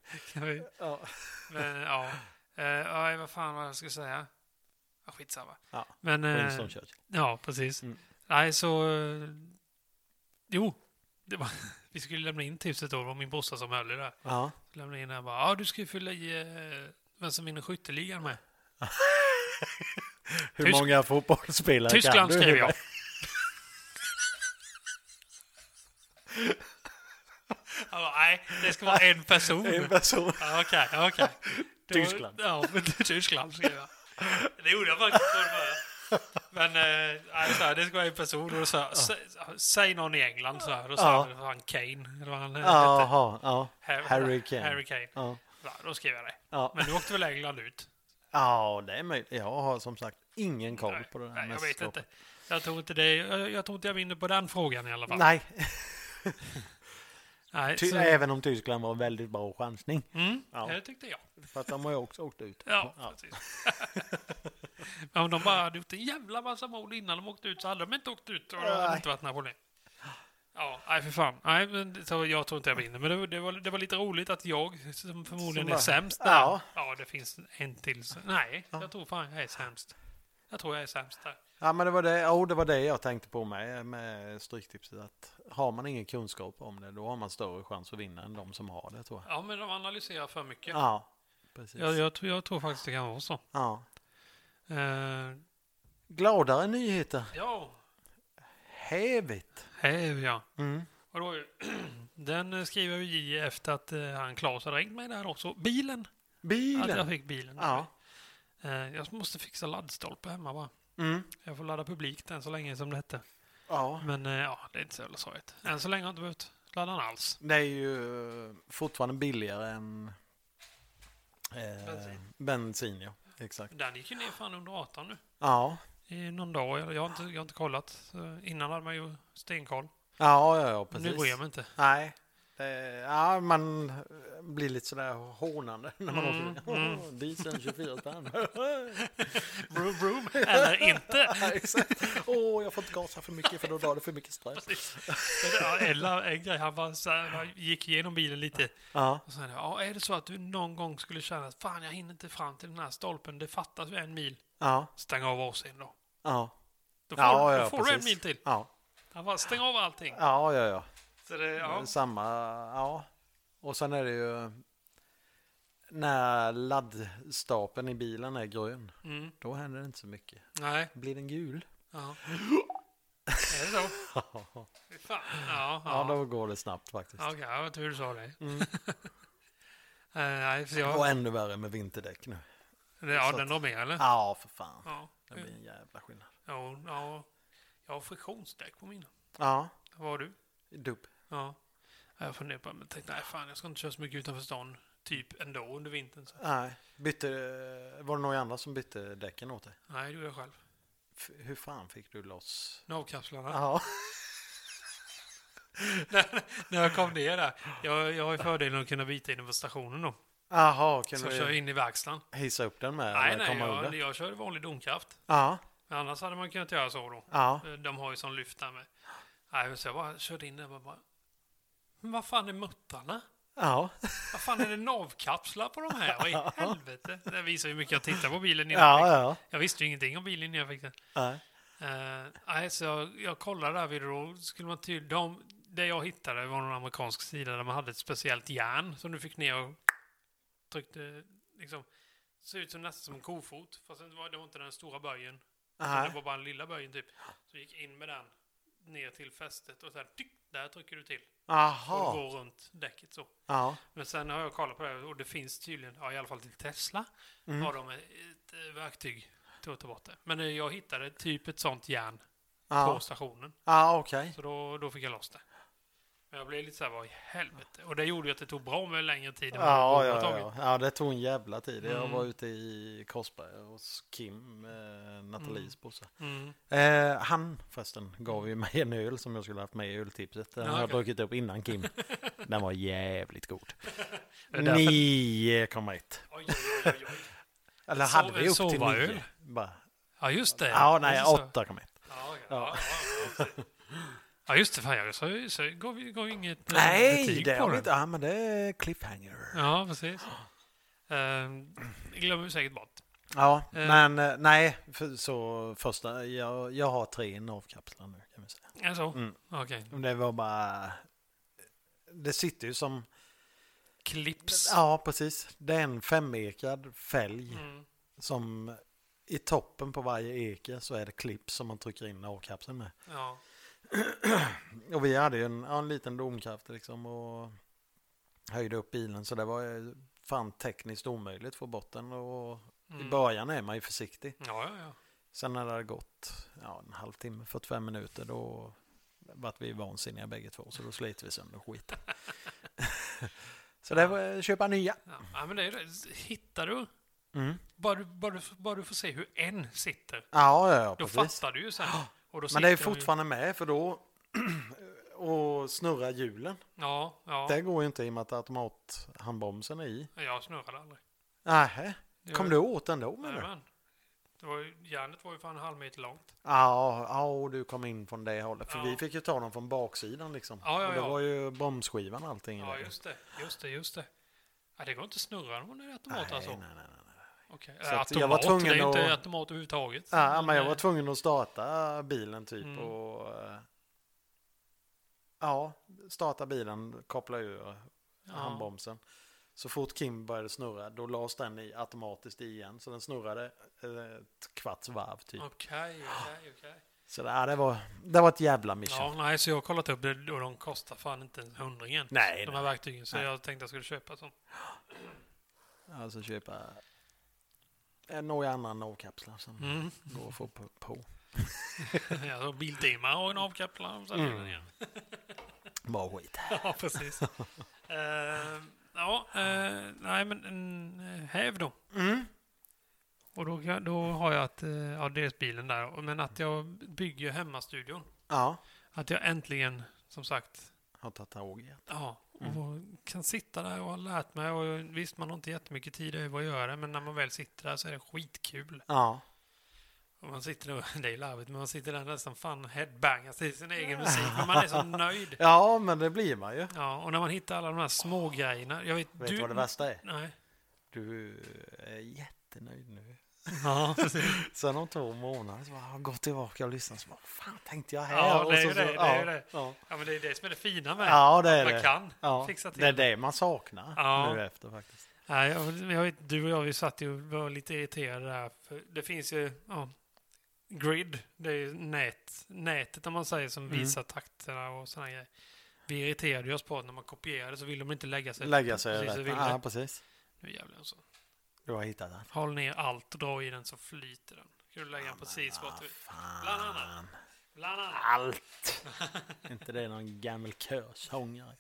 Men vad fan vad jag ska säga. Skitsamma. Ja, men, Winston Churchill. Ja, precis. Nej, så... Jo, det var, vi skulle lämna in tipset då. Det var min brorsa som höll det där. Ja. Lämna in där bara, ja du ska ju fylla i vem som vinner skytteligan med. Hur många fotbollsspelare Tyskland kan du? skrev jag. Bara, nej, det ska vara en person. En person. Ja, okej. Tyskland. Ja, men Tyskland skrev jag. Det gjorde jag faktiskt från början. Men alltså, det ska vara en person. Och så, säg någon i England så här. Då sa han Kane. Eller vad han hette. Harry Kane. Harry Kane. Ja. Ja, då skrev jag det. Ja. Men nu åkte väl England ut. Ja, det är möjligt. Jag har som sagt ingen koll på det här. Nej, jag vet inte. Jag tror inte det. Jag tror inte jag vinner på den frågan i alla fall. Nej. Nej, även om Tyskland var en väldigt bra chansning. Det tyckte jag. För att de har ju också åkt ut. Ja. Precis. Men om de bara hade gjort en jävla massa mål innan de åkte ut så hade de inte åkt ut. Och det hade inte varit några problem. Ja, nej för fan. Nej, men så jag tror inte jag vinner. Men det var lite roligt att jag, som förmodligen är sämst där. Ja, det finns en till. Nej, jag tror fan jag är sämst. Jag tror jag är sämst där. Ja, men det var det jag tänkte på med stryktipset. Att har man ingen kunskap om det, då har man större chans att vinna än de som har det, tror jag. Ja, men de analyserar för mycket. Ja, precis. Jag tror faktiskt det kan vara så. Ja. Gladare nyheter. Ja. Hävigt. Ja. Och då, den skriver vi i efter att han Claes hade ringt mig där också. Bilen. Att jag fick bilen. Ja. Jag måste fixa laddstolpe hemma bara. Jag får ladda publikt än så länge som det hette. Ja. Men det är inte så jävla sorgligt. Än så länge har jag inte behövt ladda den alls. Det är ju fortfarande billigare än bensin, ja. Exakt. Den gick ju ner fan under 18 nu. Ja. I någon dag. Jag har inte kollat. Så innan hade man ju stenkoll. Ja, precis. Nu bryr jag mig inte. Nej. Man blir lite sådär hånande när man åker. Dieseln 24 spänn. Vroom. Eller inte. Ja, exakt. Jag får inte gasa för mycket för då drar det för mycket stress. En grej, han bara gick igenom bilen lite. Ja. Och så är det så att du någon gång skulle känna att fan, jag hinner inte fram till den här stolpen. Det fattas ju 1 mil. Ja. Stäng av åsen då. Ja. Då får du 1 mil till. Ja. Han bara stäng av allting. Ja. Så det, samma, ja. Och sen är det ju när laddstapeln i bilen är grön, då händer det inte så mycket. Nej. Blir den gul? Ja. Är det så? Fan. Ja, då går det snabbt faktiskt. Okej, jag vet hur du sa det. Nej, för Och ännu värre med vinterdäck nu. Ja, den drar med, eller? Ja, för fan. Ja. Det blir en jävla skillnad. Ja. Jag har friktionsdäck på mina. Ja. Vad har du? Dubb. Ja. Jag funderar på det, men tänkte, nej fan, jag ska inte köra så mycket utanför stan. Typ ändå under vintern. Så. Nej. Var det några andra som bytte däcken åt dig? Nej, det gjorde jag själv. Hur fan fick du loss? Navkapslarna. Ja. när jag kom ner där. Jag har ju fördelen att kunna byta in på stationen då. Jaha, kan så du kör in i verkstaden. Hissa upp den med? Nej, jag kör vanlig domkraft. Ja. Men annars hade man kunnat göra så då. Ja. De har ju sån lyft där med. Nej, så jag bara körde in där och bara. Men vad fan är muttarna? Ja. Vad fan är det navkapslar på de här? Vad i helvete? Det visar ju mycket jag tittar på bilen innan. Ja. Jag visste ju ingenting om bilen när jag fick den. Nej. Så jag kollade där vid då. Skulle man det jag hittade var någon amerikansk sida där man hade ett speciellt järn som du fick ner och tryckte liksom. Ser ut som nästan som en kofot. Fast det var inte den stora böjen. Det var bara en lilla böjen typ. Så gick in med den ner till fästet och sen där trycker du till. Aha. Så du går runt däcket så. Ja. Men sen har jag kollat på det och det finns tydligen, i alla fall till Tesla, har de ett verktyg till att ta bort det. Men jag hittade typ ett sånt järn på stationen. Okej. Så då fick jag loss det. Men jag blev lite så här, vad i helvete. Och det gjorde ju att det tog bra med längre tid. Ja, det tog en jävla tid. Jag var ute i Korsberg hos Kim, Nathalies bosse. Han förresten gav ju mig en öl som jag skulle haft med i öltipset. Den har jag druckit upp innan Kim. Den var jävligt god. 9,1. Oj. Eller hade vi upp till 9? Ja, just det. Ja, nej, 8,1. Ja, just det. Fan, jag så gav inget betyg det på det. Ja, men det är cliffhanger. Ja, precis. Glömmer vi säkert bort. Ja, men nej, så första, jag har 3 navkapslar nu kan vi säga. Alltså, okej. Det var bara, det sitter ju som clips. Ja, precis. Det är en 5-ekad fälg som i toppen på varje eke så är det clips som man trycker in navkapseln med. Ja. Och vi hade ju en liten domkraft liksom och höjde upp bilen så det var fan tekniskt omöjligt att få bort den och i början är man ju försiktig. Ja. Sen när det hade gått en halvtimme, 45 minuter då vart vi vansinniga bägge två så då sliter vi sönder skiten. Så det var köpa nya. Ja, men det är det. Hittar du? Bara du får se hur en sitter. Ja, då precis. Fattar du ju sen. Och då men det är fortfarande med för då och snurra hjulen. Ja. Det går ju inte i och med att automathandbromsen är i. Jag snurrade aldrig. Nej. Kom du åt den då med det? Järnet var ju fan 1/2 meter långt. Ja, du kom in från det hållet. För vi fick ju ta den från baksidan liksom. Ja. Och det var ju bromsskivan och allting. Ja, just det. Ja, det går inte att snurra om det är automat alltså. Nej. Okej. Automat, jag var tvungen det är inte automat överhuvudtaget. Ja, men jag var tvungen att starta bilen typ och starta bilen, koppla ur handbromsen. Så fort Kim började snurra, då lades den i automatiskt igen. Så den snurrade ett kvarts varv typ. Okej. Så det var ett jävla mission. Ja, nej, så jag har kollat upp det och de kostar fan inte 100 igen. Nej. De här verktygen. Så jag tänkte jag skulle köpa sån. Alltså köpa några andra navkapslar som går att få på. Ja, så Biltema och navkapslar. Bara skit. Ja, precis. Nej, men en häv då. Och då har jag att, dels bilen där, men att jag bygger hemmastudion. Ja. Att jag äntligen, som sagt, har tagit tag i. Ja, och kan sitta där och ha lärt mig. Och visst, man har inte jättemycket tid över att göra det, men när man väl sitter där så är det skitkul. Ja. Och man sitter där, det är larvigt, men man sitter där nästan fan headbangas till sin egen musik. Men man är så nöjd. Ja, men det blir man ju. Ja, och när man hittar alla de här små grejerna. Vet du vad det värsta är? Nej. Du är jättenöjd nu. Ja, precis. Sen om 2 månader så har jag gått tillbaka och lyssnat. Så vad fan tänkte jag här? Ja, det är ju det. Ja, men det är det som är det fina med ja, det är att det. Man kan fixa till det. Det är det man saknar nu efter faktiskt. Ja, jag vet, du och jag, vi satt ju och var lite irriterade där. För det finns ju grid, det är ju nätet om man säger som visar takterna och sådana grejer. Vi irriterade oss på att när man kopierade så vill de inte lägga sig rätt. Ja, precis. Nu jävlar alltså. Du har hittat den. Håll ner allt och dra i den så flyter den. Kan du lägga den precis vart du vill. Bland annat. Allt. Inte det någon gammal körsångare.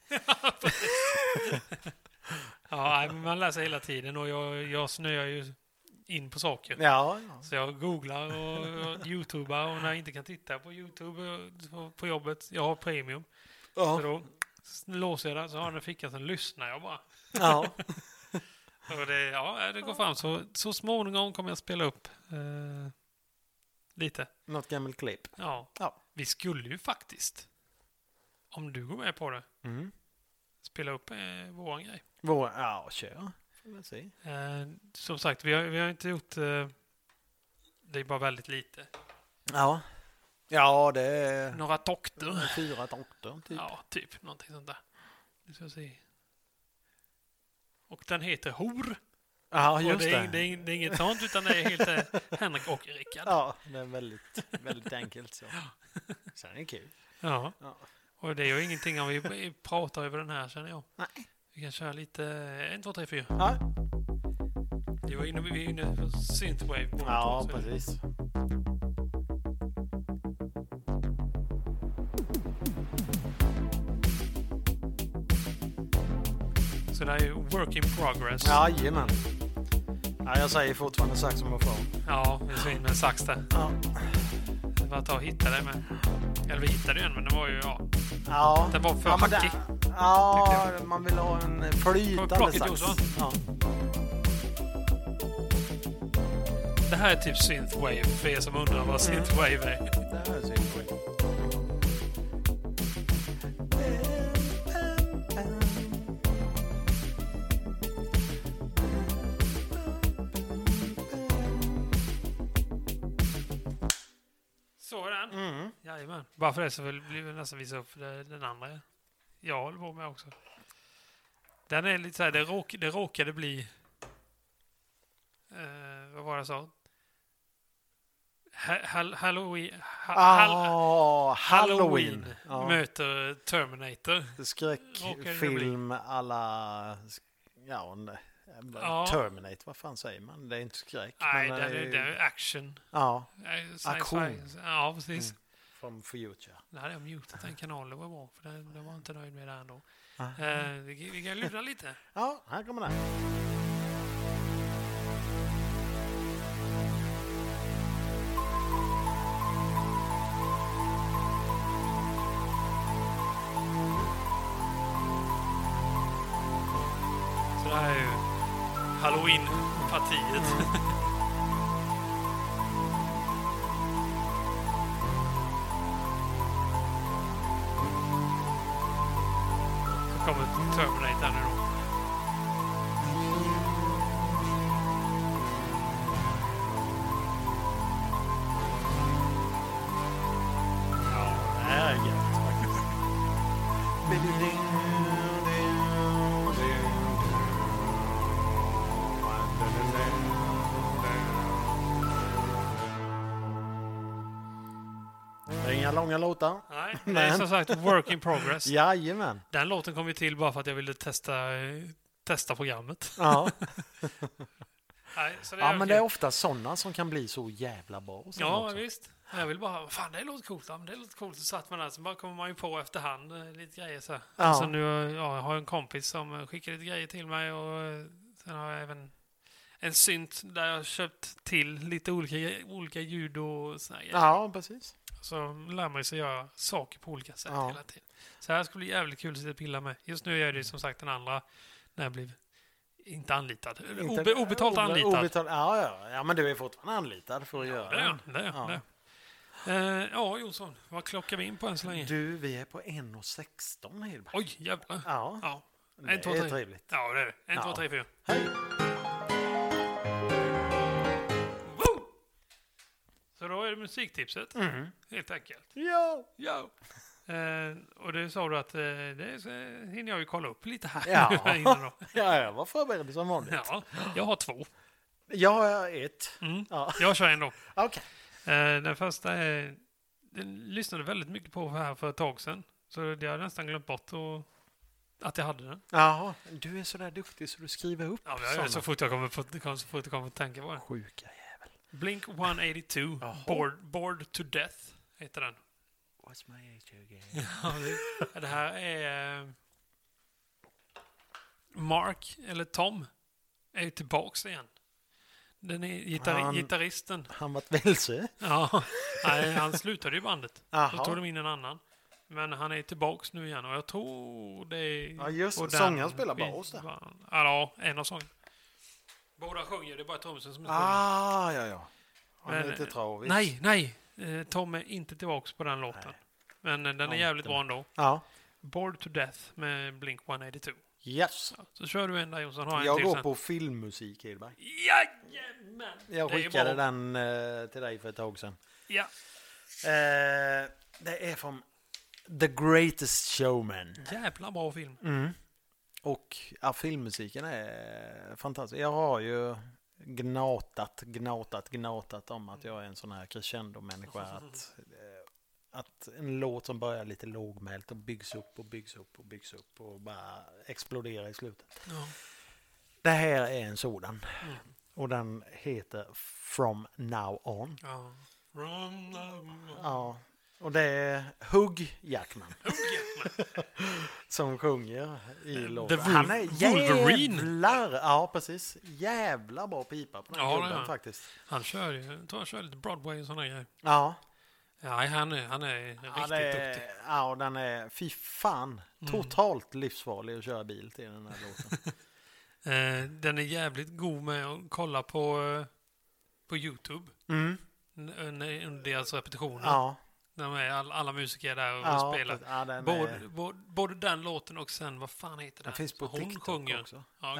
Ja, men man lär sig hela tiden och jag snöar ju in på saker. Ja. Så jag googlar och youtubar och när jag inte kan titta på YouTube på jobbet, jag har premium. Ja. Så då låser jag den så har den i fickan, sen lyssnar jag bara. Ja. Och det går fram. Så småningom kommer jag spela upp lite. Något gammalt klipp. Ja. Vi skulle ju faktiskt, om du går med på det, spela upp våran grej. Kör. Som sagt, vi har inte gjort det är bara väldigt lite. Ja, det är några tokter. 4 tokter typ. Ja, typ någonting sånt där. Nu ska vi se. Och den heter Hor. Ja, just det. Det är inget sånt, utan det är helt Henrik och Rickard. Ja, det är väldigt, väldigt enkelt så. Sen är det kul. Ja. Och det är ju ingenting om vi pratar över den här, känner jag. Nej. Vi kan köra lite 1, 2, 3, 4. Ja. Vi är inne på synthwave. Ja, precis. Så det är ju work in progress. Jajamän. Ja, jag säger fortfarande saxofon. Ja, vi ska in med en sax där. Ja. Det var att ta och hitta det med. Eller vi hittade ju en, men det var ju, den var för hackig. Man vill ha en flytande sax. Ja. Det här är typ synthwave, för er som undrar vad synthwave är. Det här är synthwave. Jajamän. Bara för det så blir vi nästan visa upp den andra jag håller på med också. Den är lite så här, det råkade bli vad var det jag sa? Halloween möter Terminator. Skräckfilm alla Terminator, vad fan säger man? Det är inte skräck. Nej, det är action. Ja, aktion. Ja, precis. From Future. Det hade jag mutat den kanalen, det var bra. För den var inte nöjd med det ändå. Vi kan lyssna lite. Ja, här kommer den. Så det här är ju Halloween-partiet. Så kommer Terminator nu då. Ja, det här är gött faktiskt. Det är inga långa låtar. Nej, det är som sagt work in progress. Jajamän. Den låten kom ju till bara för att jag ville testa programmet. Ja. Nej, så det Ja, men det är ofta sådana som kan bli så jävla bra. Ja, också. Visst. Jag vill bara, fan det låter coolt. Ja, men det låter coolt. Så satt man där, så bara kommer man ju på efterhand lite grejer så. Ja. Alltså nu jag har en kompis som skickar lite grejer till mig och sen har jag även en synt där jag har köpt till lite olika ljud och såna grejer. Ja, precis. Så lär man sig göra saker på olika sätt hela tiden. Så här skulle bli jävligt kul att sitta och pilla med. Just nu är det som sagt den andra när jag blev inte anlitad. Obetalt anlitad. Ja, men du är fortfarande anlitad för att göra det. Ja, Jonsson, vad klockar vi in på än så länge? Du, vi är på 1.16 Hedberg. Oj, jävlar. Ja. 1, 2, 3. Det är trevligt. Ja, det är det. 1, 2, 3, 4. Hej! Så då är det musiktipset. Helt enkelt. Ja. Och det sa du att det hinner jag ju kolla upp lite här. Ja, innan då. jag var förberedd som vanligt. Ja, jag har 2. Jag har 1. Ja. Jag kör en då. Okej. Den första är... Den lyssnade väldigt mycket på här för ett tag sedan. Så jag hade nästan glömt bort att jag hade den. Jaha, du är så där duktig så du skriver upp ja, så fort jag kommer att tänka på det. Sjuka jävel. Blink 182, Bored to Death heter den. What's my age again? Det här är... Mark, eller Tom, är ju tillbaks igen. Den är gitarristen. Han var vilse. Ja, nej, han slutade ju bandet. Aha. Då tog de in en annan. Men han är tillbaks nu igen och jag tror det är... Ja, just sången spelar bas där. Ja, en av sången. Båda sjunger, det är bara Thomsen som inte sjunger. Ja. Han är inte travis. Nej. Tom är inte tillbaks på den låten. Men den är jävligt bra ändå. Ja. Bored to Death med Blink 182. Yes. Så kör du en där, Jonsson. Jag går på filmmusik, Hedberg. Jajamän! Jag skickade den till dig för ett tag sedan. Ja. Det är från The Greatest Showman. Jävla bra film. Och filmmusiken är fantastisk. Jag har ju gnatat om att jag är en sån här crescendo-människa. Att en låt som börjar lite lågmält och byggs upp och bara exploderar i slutet. Ja. Det här är en sådan. Och den heter From Now On. Ja. From now on. Ja. Och det är Hugh Jackman. Som sjunger i låten. Han är jävlar. Ja, precis. Jävla bra pipa på den gubben faktiskt. Han kör ju, jag tror han kör lite Broadway och sådana grejer. Ja. Ja, han är riktigt duktig. Ja, och den är, fy fan, totalt livsfarlig att köra bil till den här låten. Den är jävligt god med att kolla på YouTube. Under deras repetitioner. Ja. När är alla musiker där och spelar. Ja, både den låten och sen, vad fan heter den? Den finns på hon TikTok sjunger också. Ja,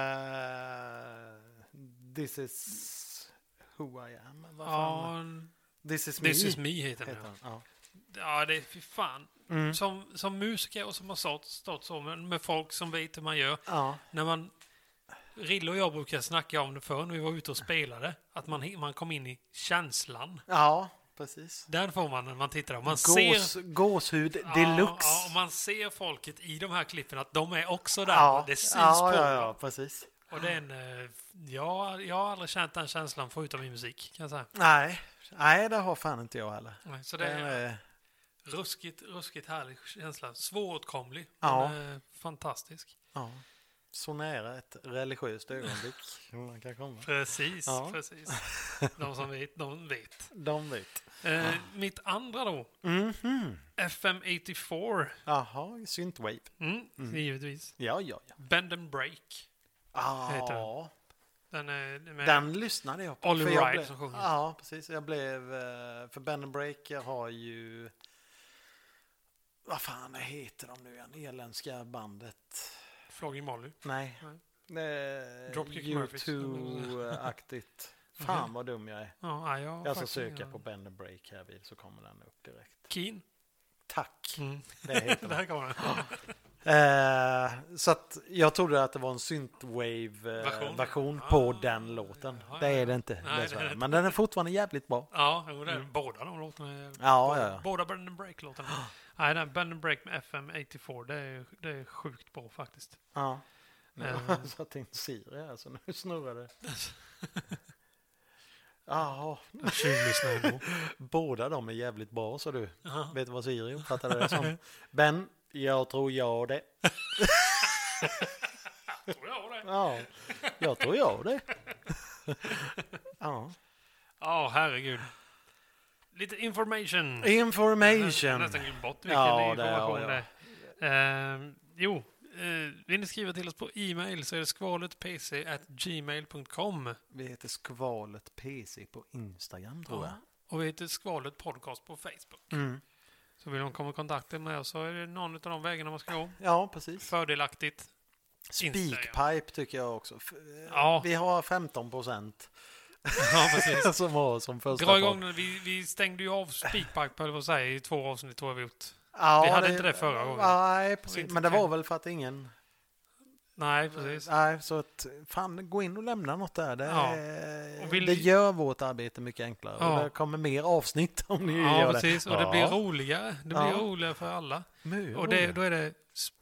This is who I am. This is me heter den. Ja. Ja, det är fy fan. Som musiker och som har stått så med folk som vet hur man gör. Ja. När man... Rille och jag brukar snacka om det förr när vi var ute och spelade. Att man kom in i känslan. Ja, precis. Den får man när man tittar. Man gåshud deluxe. Ja, och man ser folket i de här klippen att de är också där. Ja, det syns ja, på. Ja, precis. Och det är en... jag har aldrig känt den känslan förutom i musik, kan jag säga. Nej, det har fan inte jag heller. Nej, så det är ruskigt härlig känsla. Svåråtkomlig, men fantastisk. Ja. Så nära ett religiöst ögonblick man kan komma. Precis. De som vet, de vet. De vet. Mitt andra då. FM84. Jaha, synthwave. Givetvis. Ja. Bend and Break. Ja. Den lyssnade jag på. Oliver Wright som sjunger. Ja, precis. Jag blev... För Bend and Break har ju... Vad fan heter de nu igen? Irländska bandet... Flogging Molly? Nej. Dropkick Murphys. U2-aktigt. Fan vad dum jag är. Ja, jag ska söka på Bend and Break här vid så kommer den upp direkt. Keen? Tack. Det heter det här kommer så att jag trodde att det var en synthwave-version på den låten. Det är det inte. Nej, men den är fortfarande jävligt bra. Ja, båda de låtarna är ja. Båda Bend and Break-låtarna. Nej, den Bend and Break med FM84, det är sjukt bra faktiskt. Ja. Nu har jag satt in Siri här så nu snurrar det. Jaha. Båda de är jävligt bra så du. Vet du vad Siri uppfattade det som? Ben, jag tror jag det. Tror jag det? Ja, jag tror jag det. Ja. Ja, herregud. Lite information. Information. Jag nästan glömt bort vilken information det är. Vill ni skriva till oss på e-mail så är det skvaletpc@gmail.com. Vi heter skvaletpc på Instagram tror jag. Och vi heter Skvalet Podcast på Facebook. Så vill de komma i kontakt med oss så är det någon av de vägarna man ska gå. Ja, precis. Fördelaktigt. Speakpipe tycker jag också. Ja. Vi har 15%. Ja, precis. som första dra igång vi stängde ju av Speakpipe eller vad säger i 2 avsnitt tror jag vi gjort. Ja, vi hade inte det förra gången. Nej, precis. Men det var väl för att ingen... Nej, precis. Nej, så att fan, gå in och lämna något där. Det gör vårt arbete mycket enklare. Ja. Och det kommer mer avsnitt om ni gör det. Precis. Och det blir roligare. Det blir roligare för alla. Och då är det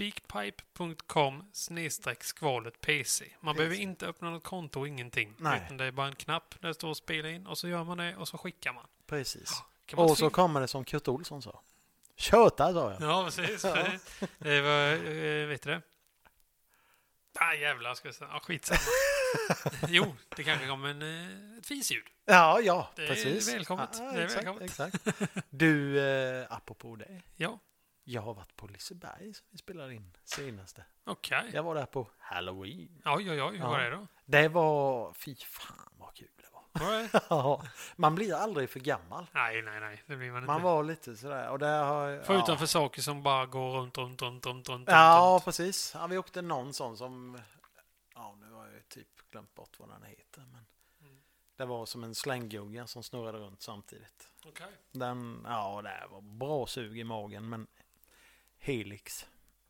speakpipe.com/skvaletpc. Man behöver inte öppna något konto och ingenting. Nej. Utan det är bara en knapp där det står spela in och så gör man det och så skickar man. Precis. Och så kommer det som Kurt Olsson sa. Köta, sa jag. Ja, precis. Det var, vet du det? Jävlar ska jag säga. Skitsamma. Jo, det kanske kommer ett fisljud. Ja, det precis. Det är välkommet. Exakt. Du, apropå det. Ja. Jag har varit på Liseberg som vi spelade in senaste. Okej. Jag var där på Halloween. Oj, hur var det då? Det var, fy fan vad kul det var. Ja. Man blir aldrig för gammal. Nej, det blir man inte. Man var lite sådär. Och där har, förutom för saker som bara går runt. Ja, precis. Ja, vi åkte någon sån som... Ja, nu har jag typ glömt bort vad den heter. Men det var som en slänggugga som snurrade runt samtidigt. Okej. Det var bra sug i magen, men Helix.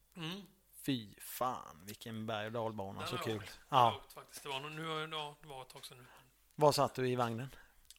Fy fan, vilken berg- och dalbana, så kul. Ja, faktiskt. Det var ett tag sedan nu. Var satt du i vagnen?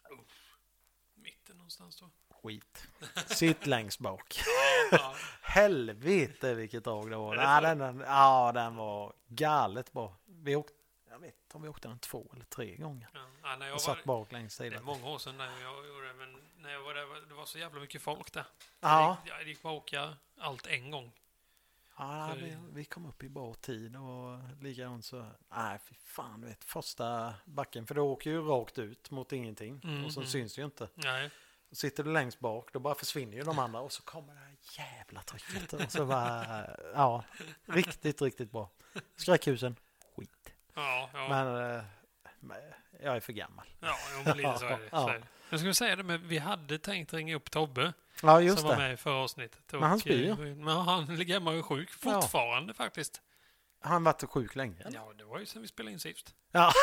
Mitten någonstans då. Skit. Sitt längst bak. Ja. Helvete vilket drag det var. Den var galet bra. Jag vet inte om vi åkte den 2 eller 3 gånger. Ja, jag satt bak längst det är många år sedan när jag gjorde det, men när jag var där, det var så jävla mycket folk där. Ja. Jag gick bara åka allt en gång. Ja, vi kom upp i bra tid och likadant så, nej fy fan, du vet, första backen, för då åker ju rakt ut mot ingenting och så syns det ju inte. Nej. Och sitter du längst bak, då bara försvinner ju de andra och så kommer det här jävla trycket och så bara, riktigt, riktigt bra. Skräckhusen, skit. Ja. Men jag är för gammal. Ja, lite så är det. Så är det. Jag skulle säga det, men vi hade tänkt ringa upp Tobbe. Ja, just som var med i förra avsnittet. Men han spyr. Men han ligger hemma och är sjuk fortfarande faktiskt. Har han varit sjuk länge? Eller? Ja, det var ju sen vi spelade in sist. Ja.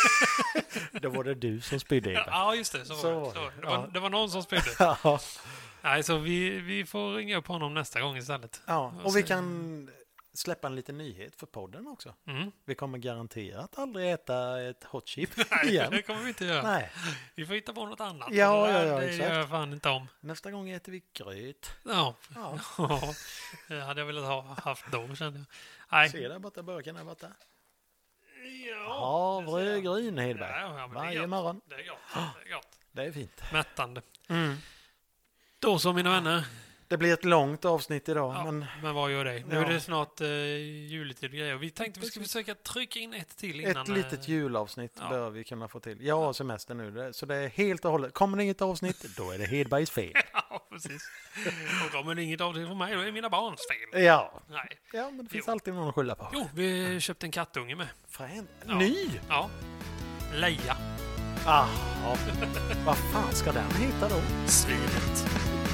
Då var det du som spydde. Ja, just det. Så var det. Det var någon som spydde. Nej, så vi får ringa upp honom nästa gång istället. Ja, och vi kan släppa en liten nyhet för podden också. Vi kommer garanterat aldrig äta ett hot chip igen. Det kommer vi inte göra. Nej. Vi får hitta på något annat. Ja, det exakt. gör jag fan inte om. Nästa gång äter vi gröt. Ja. Det hade jag velat ha haft då, kände jag. Nej. Se där borta, burken där borta. Ja, havregryn, Hedberg. Ja, varje morgon. Det är gott. Det är fint. Mättande. Då så, mina vänner. Det blir ett långt avsnitt idag. Ja, men vad gör det? Nu är det snart juletid och grejer. Vi tänkte vi skulle försöka trycka in ett till innan. Ett litet julavsnitt bör vi kunna få till. Jag har semester nu, så det är helt och hållet. Kommer det inget avsnitt, då är det Hedbergs fel. Ja, precis. Och kommer det inget avsnitt från mig, då är det mina barns fel. Ja. Nej. Ja, men det finns alltid någon att skylla på. Jo, vi köpte en kattunge med. Ny? Ja. Leia. Vad fan ska den heta då? Svinet.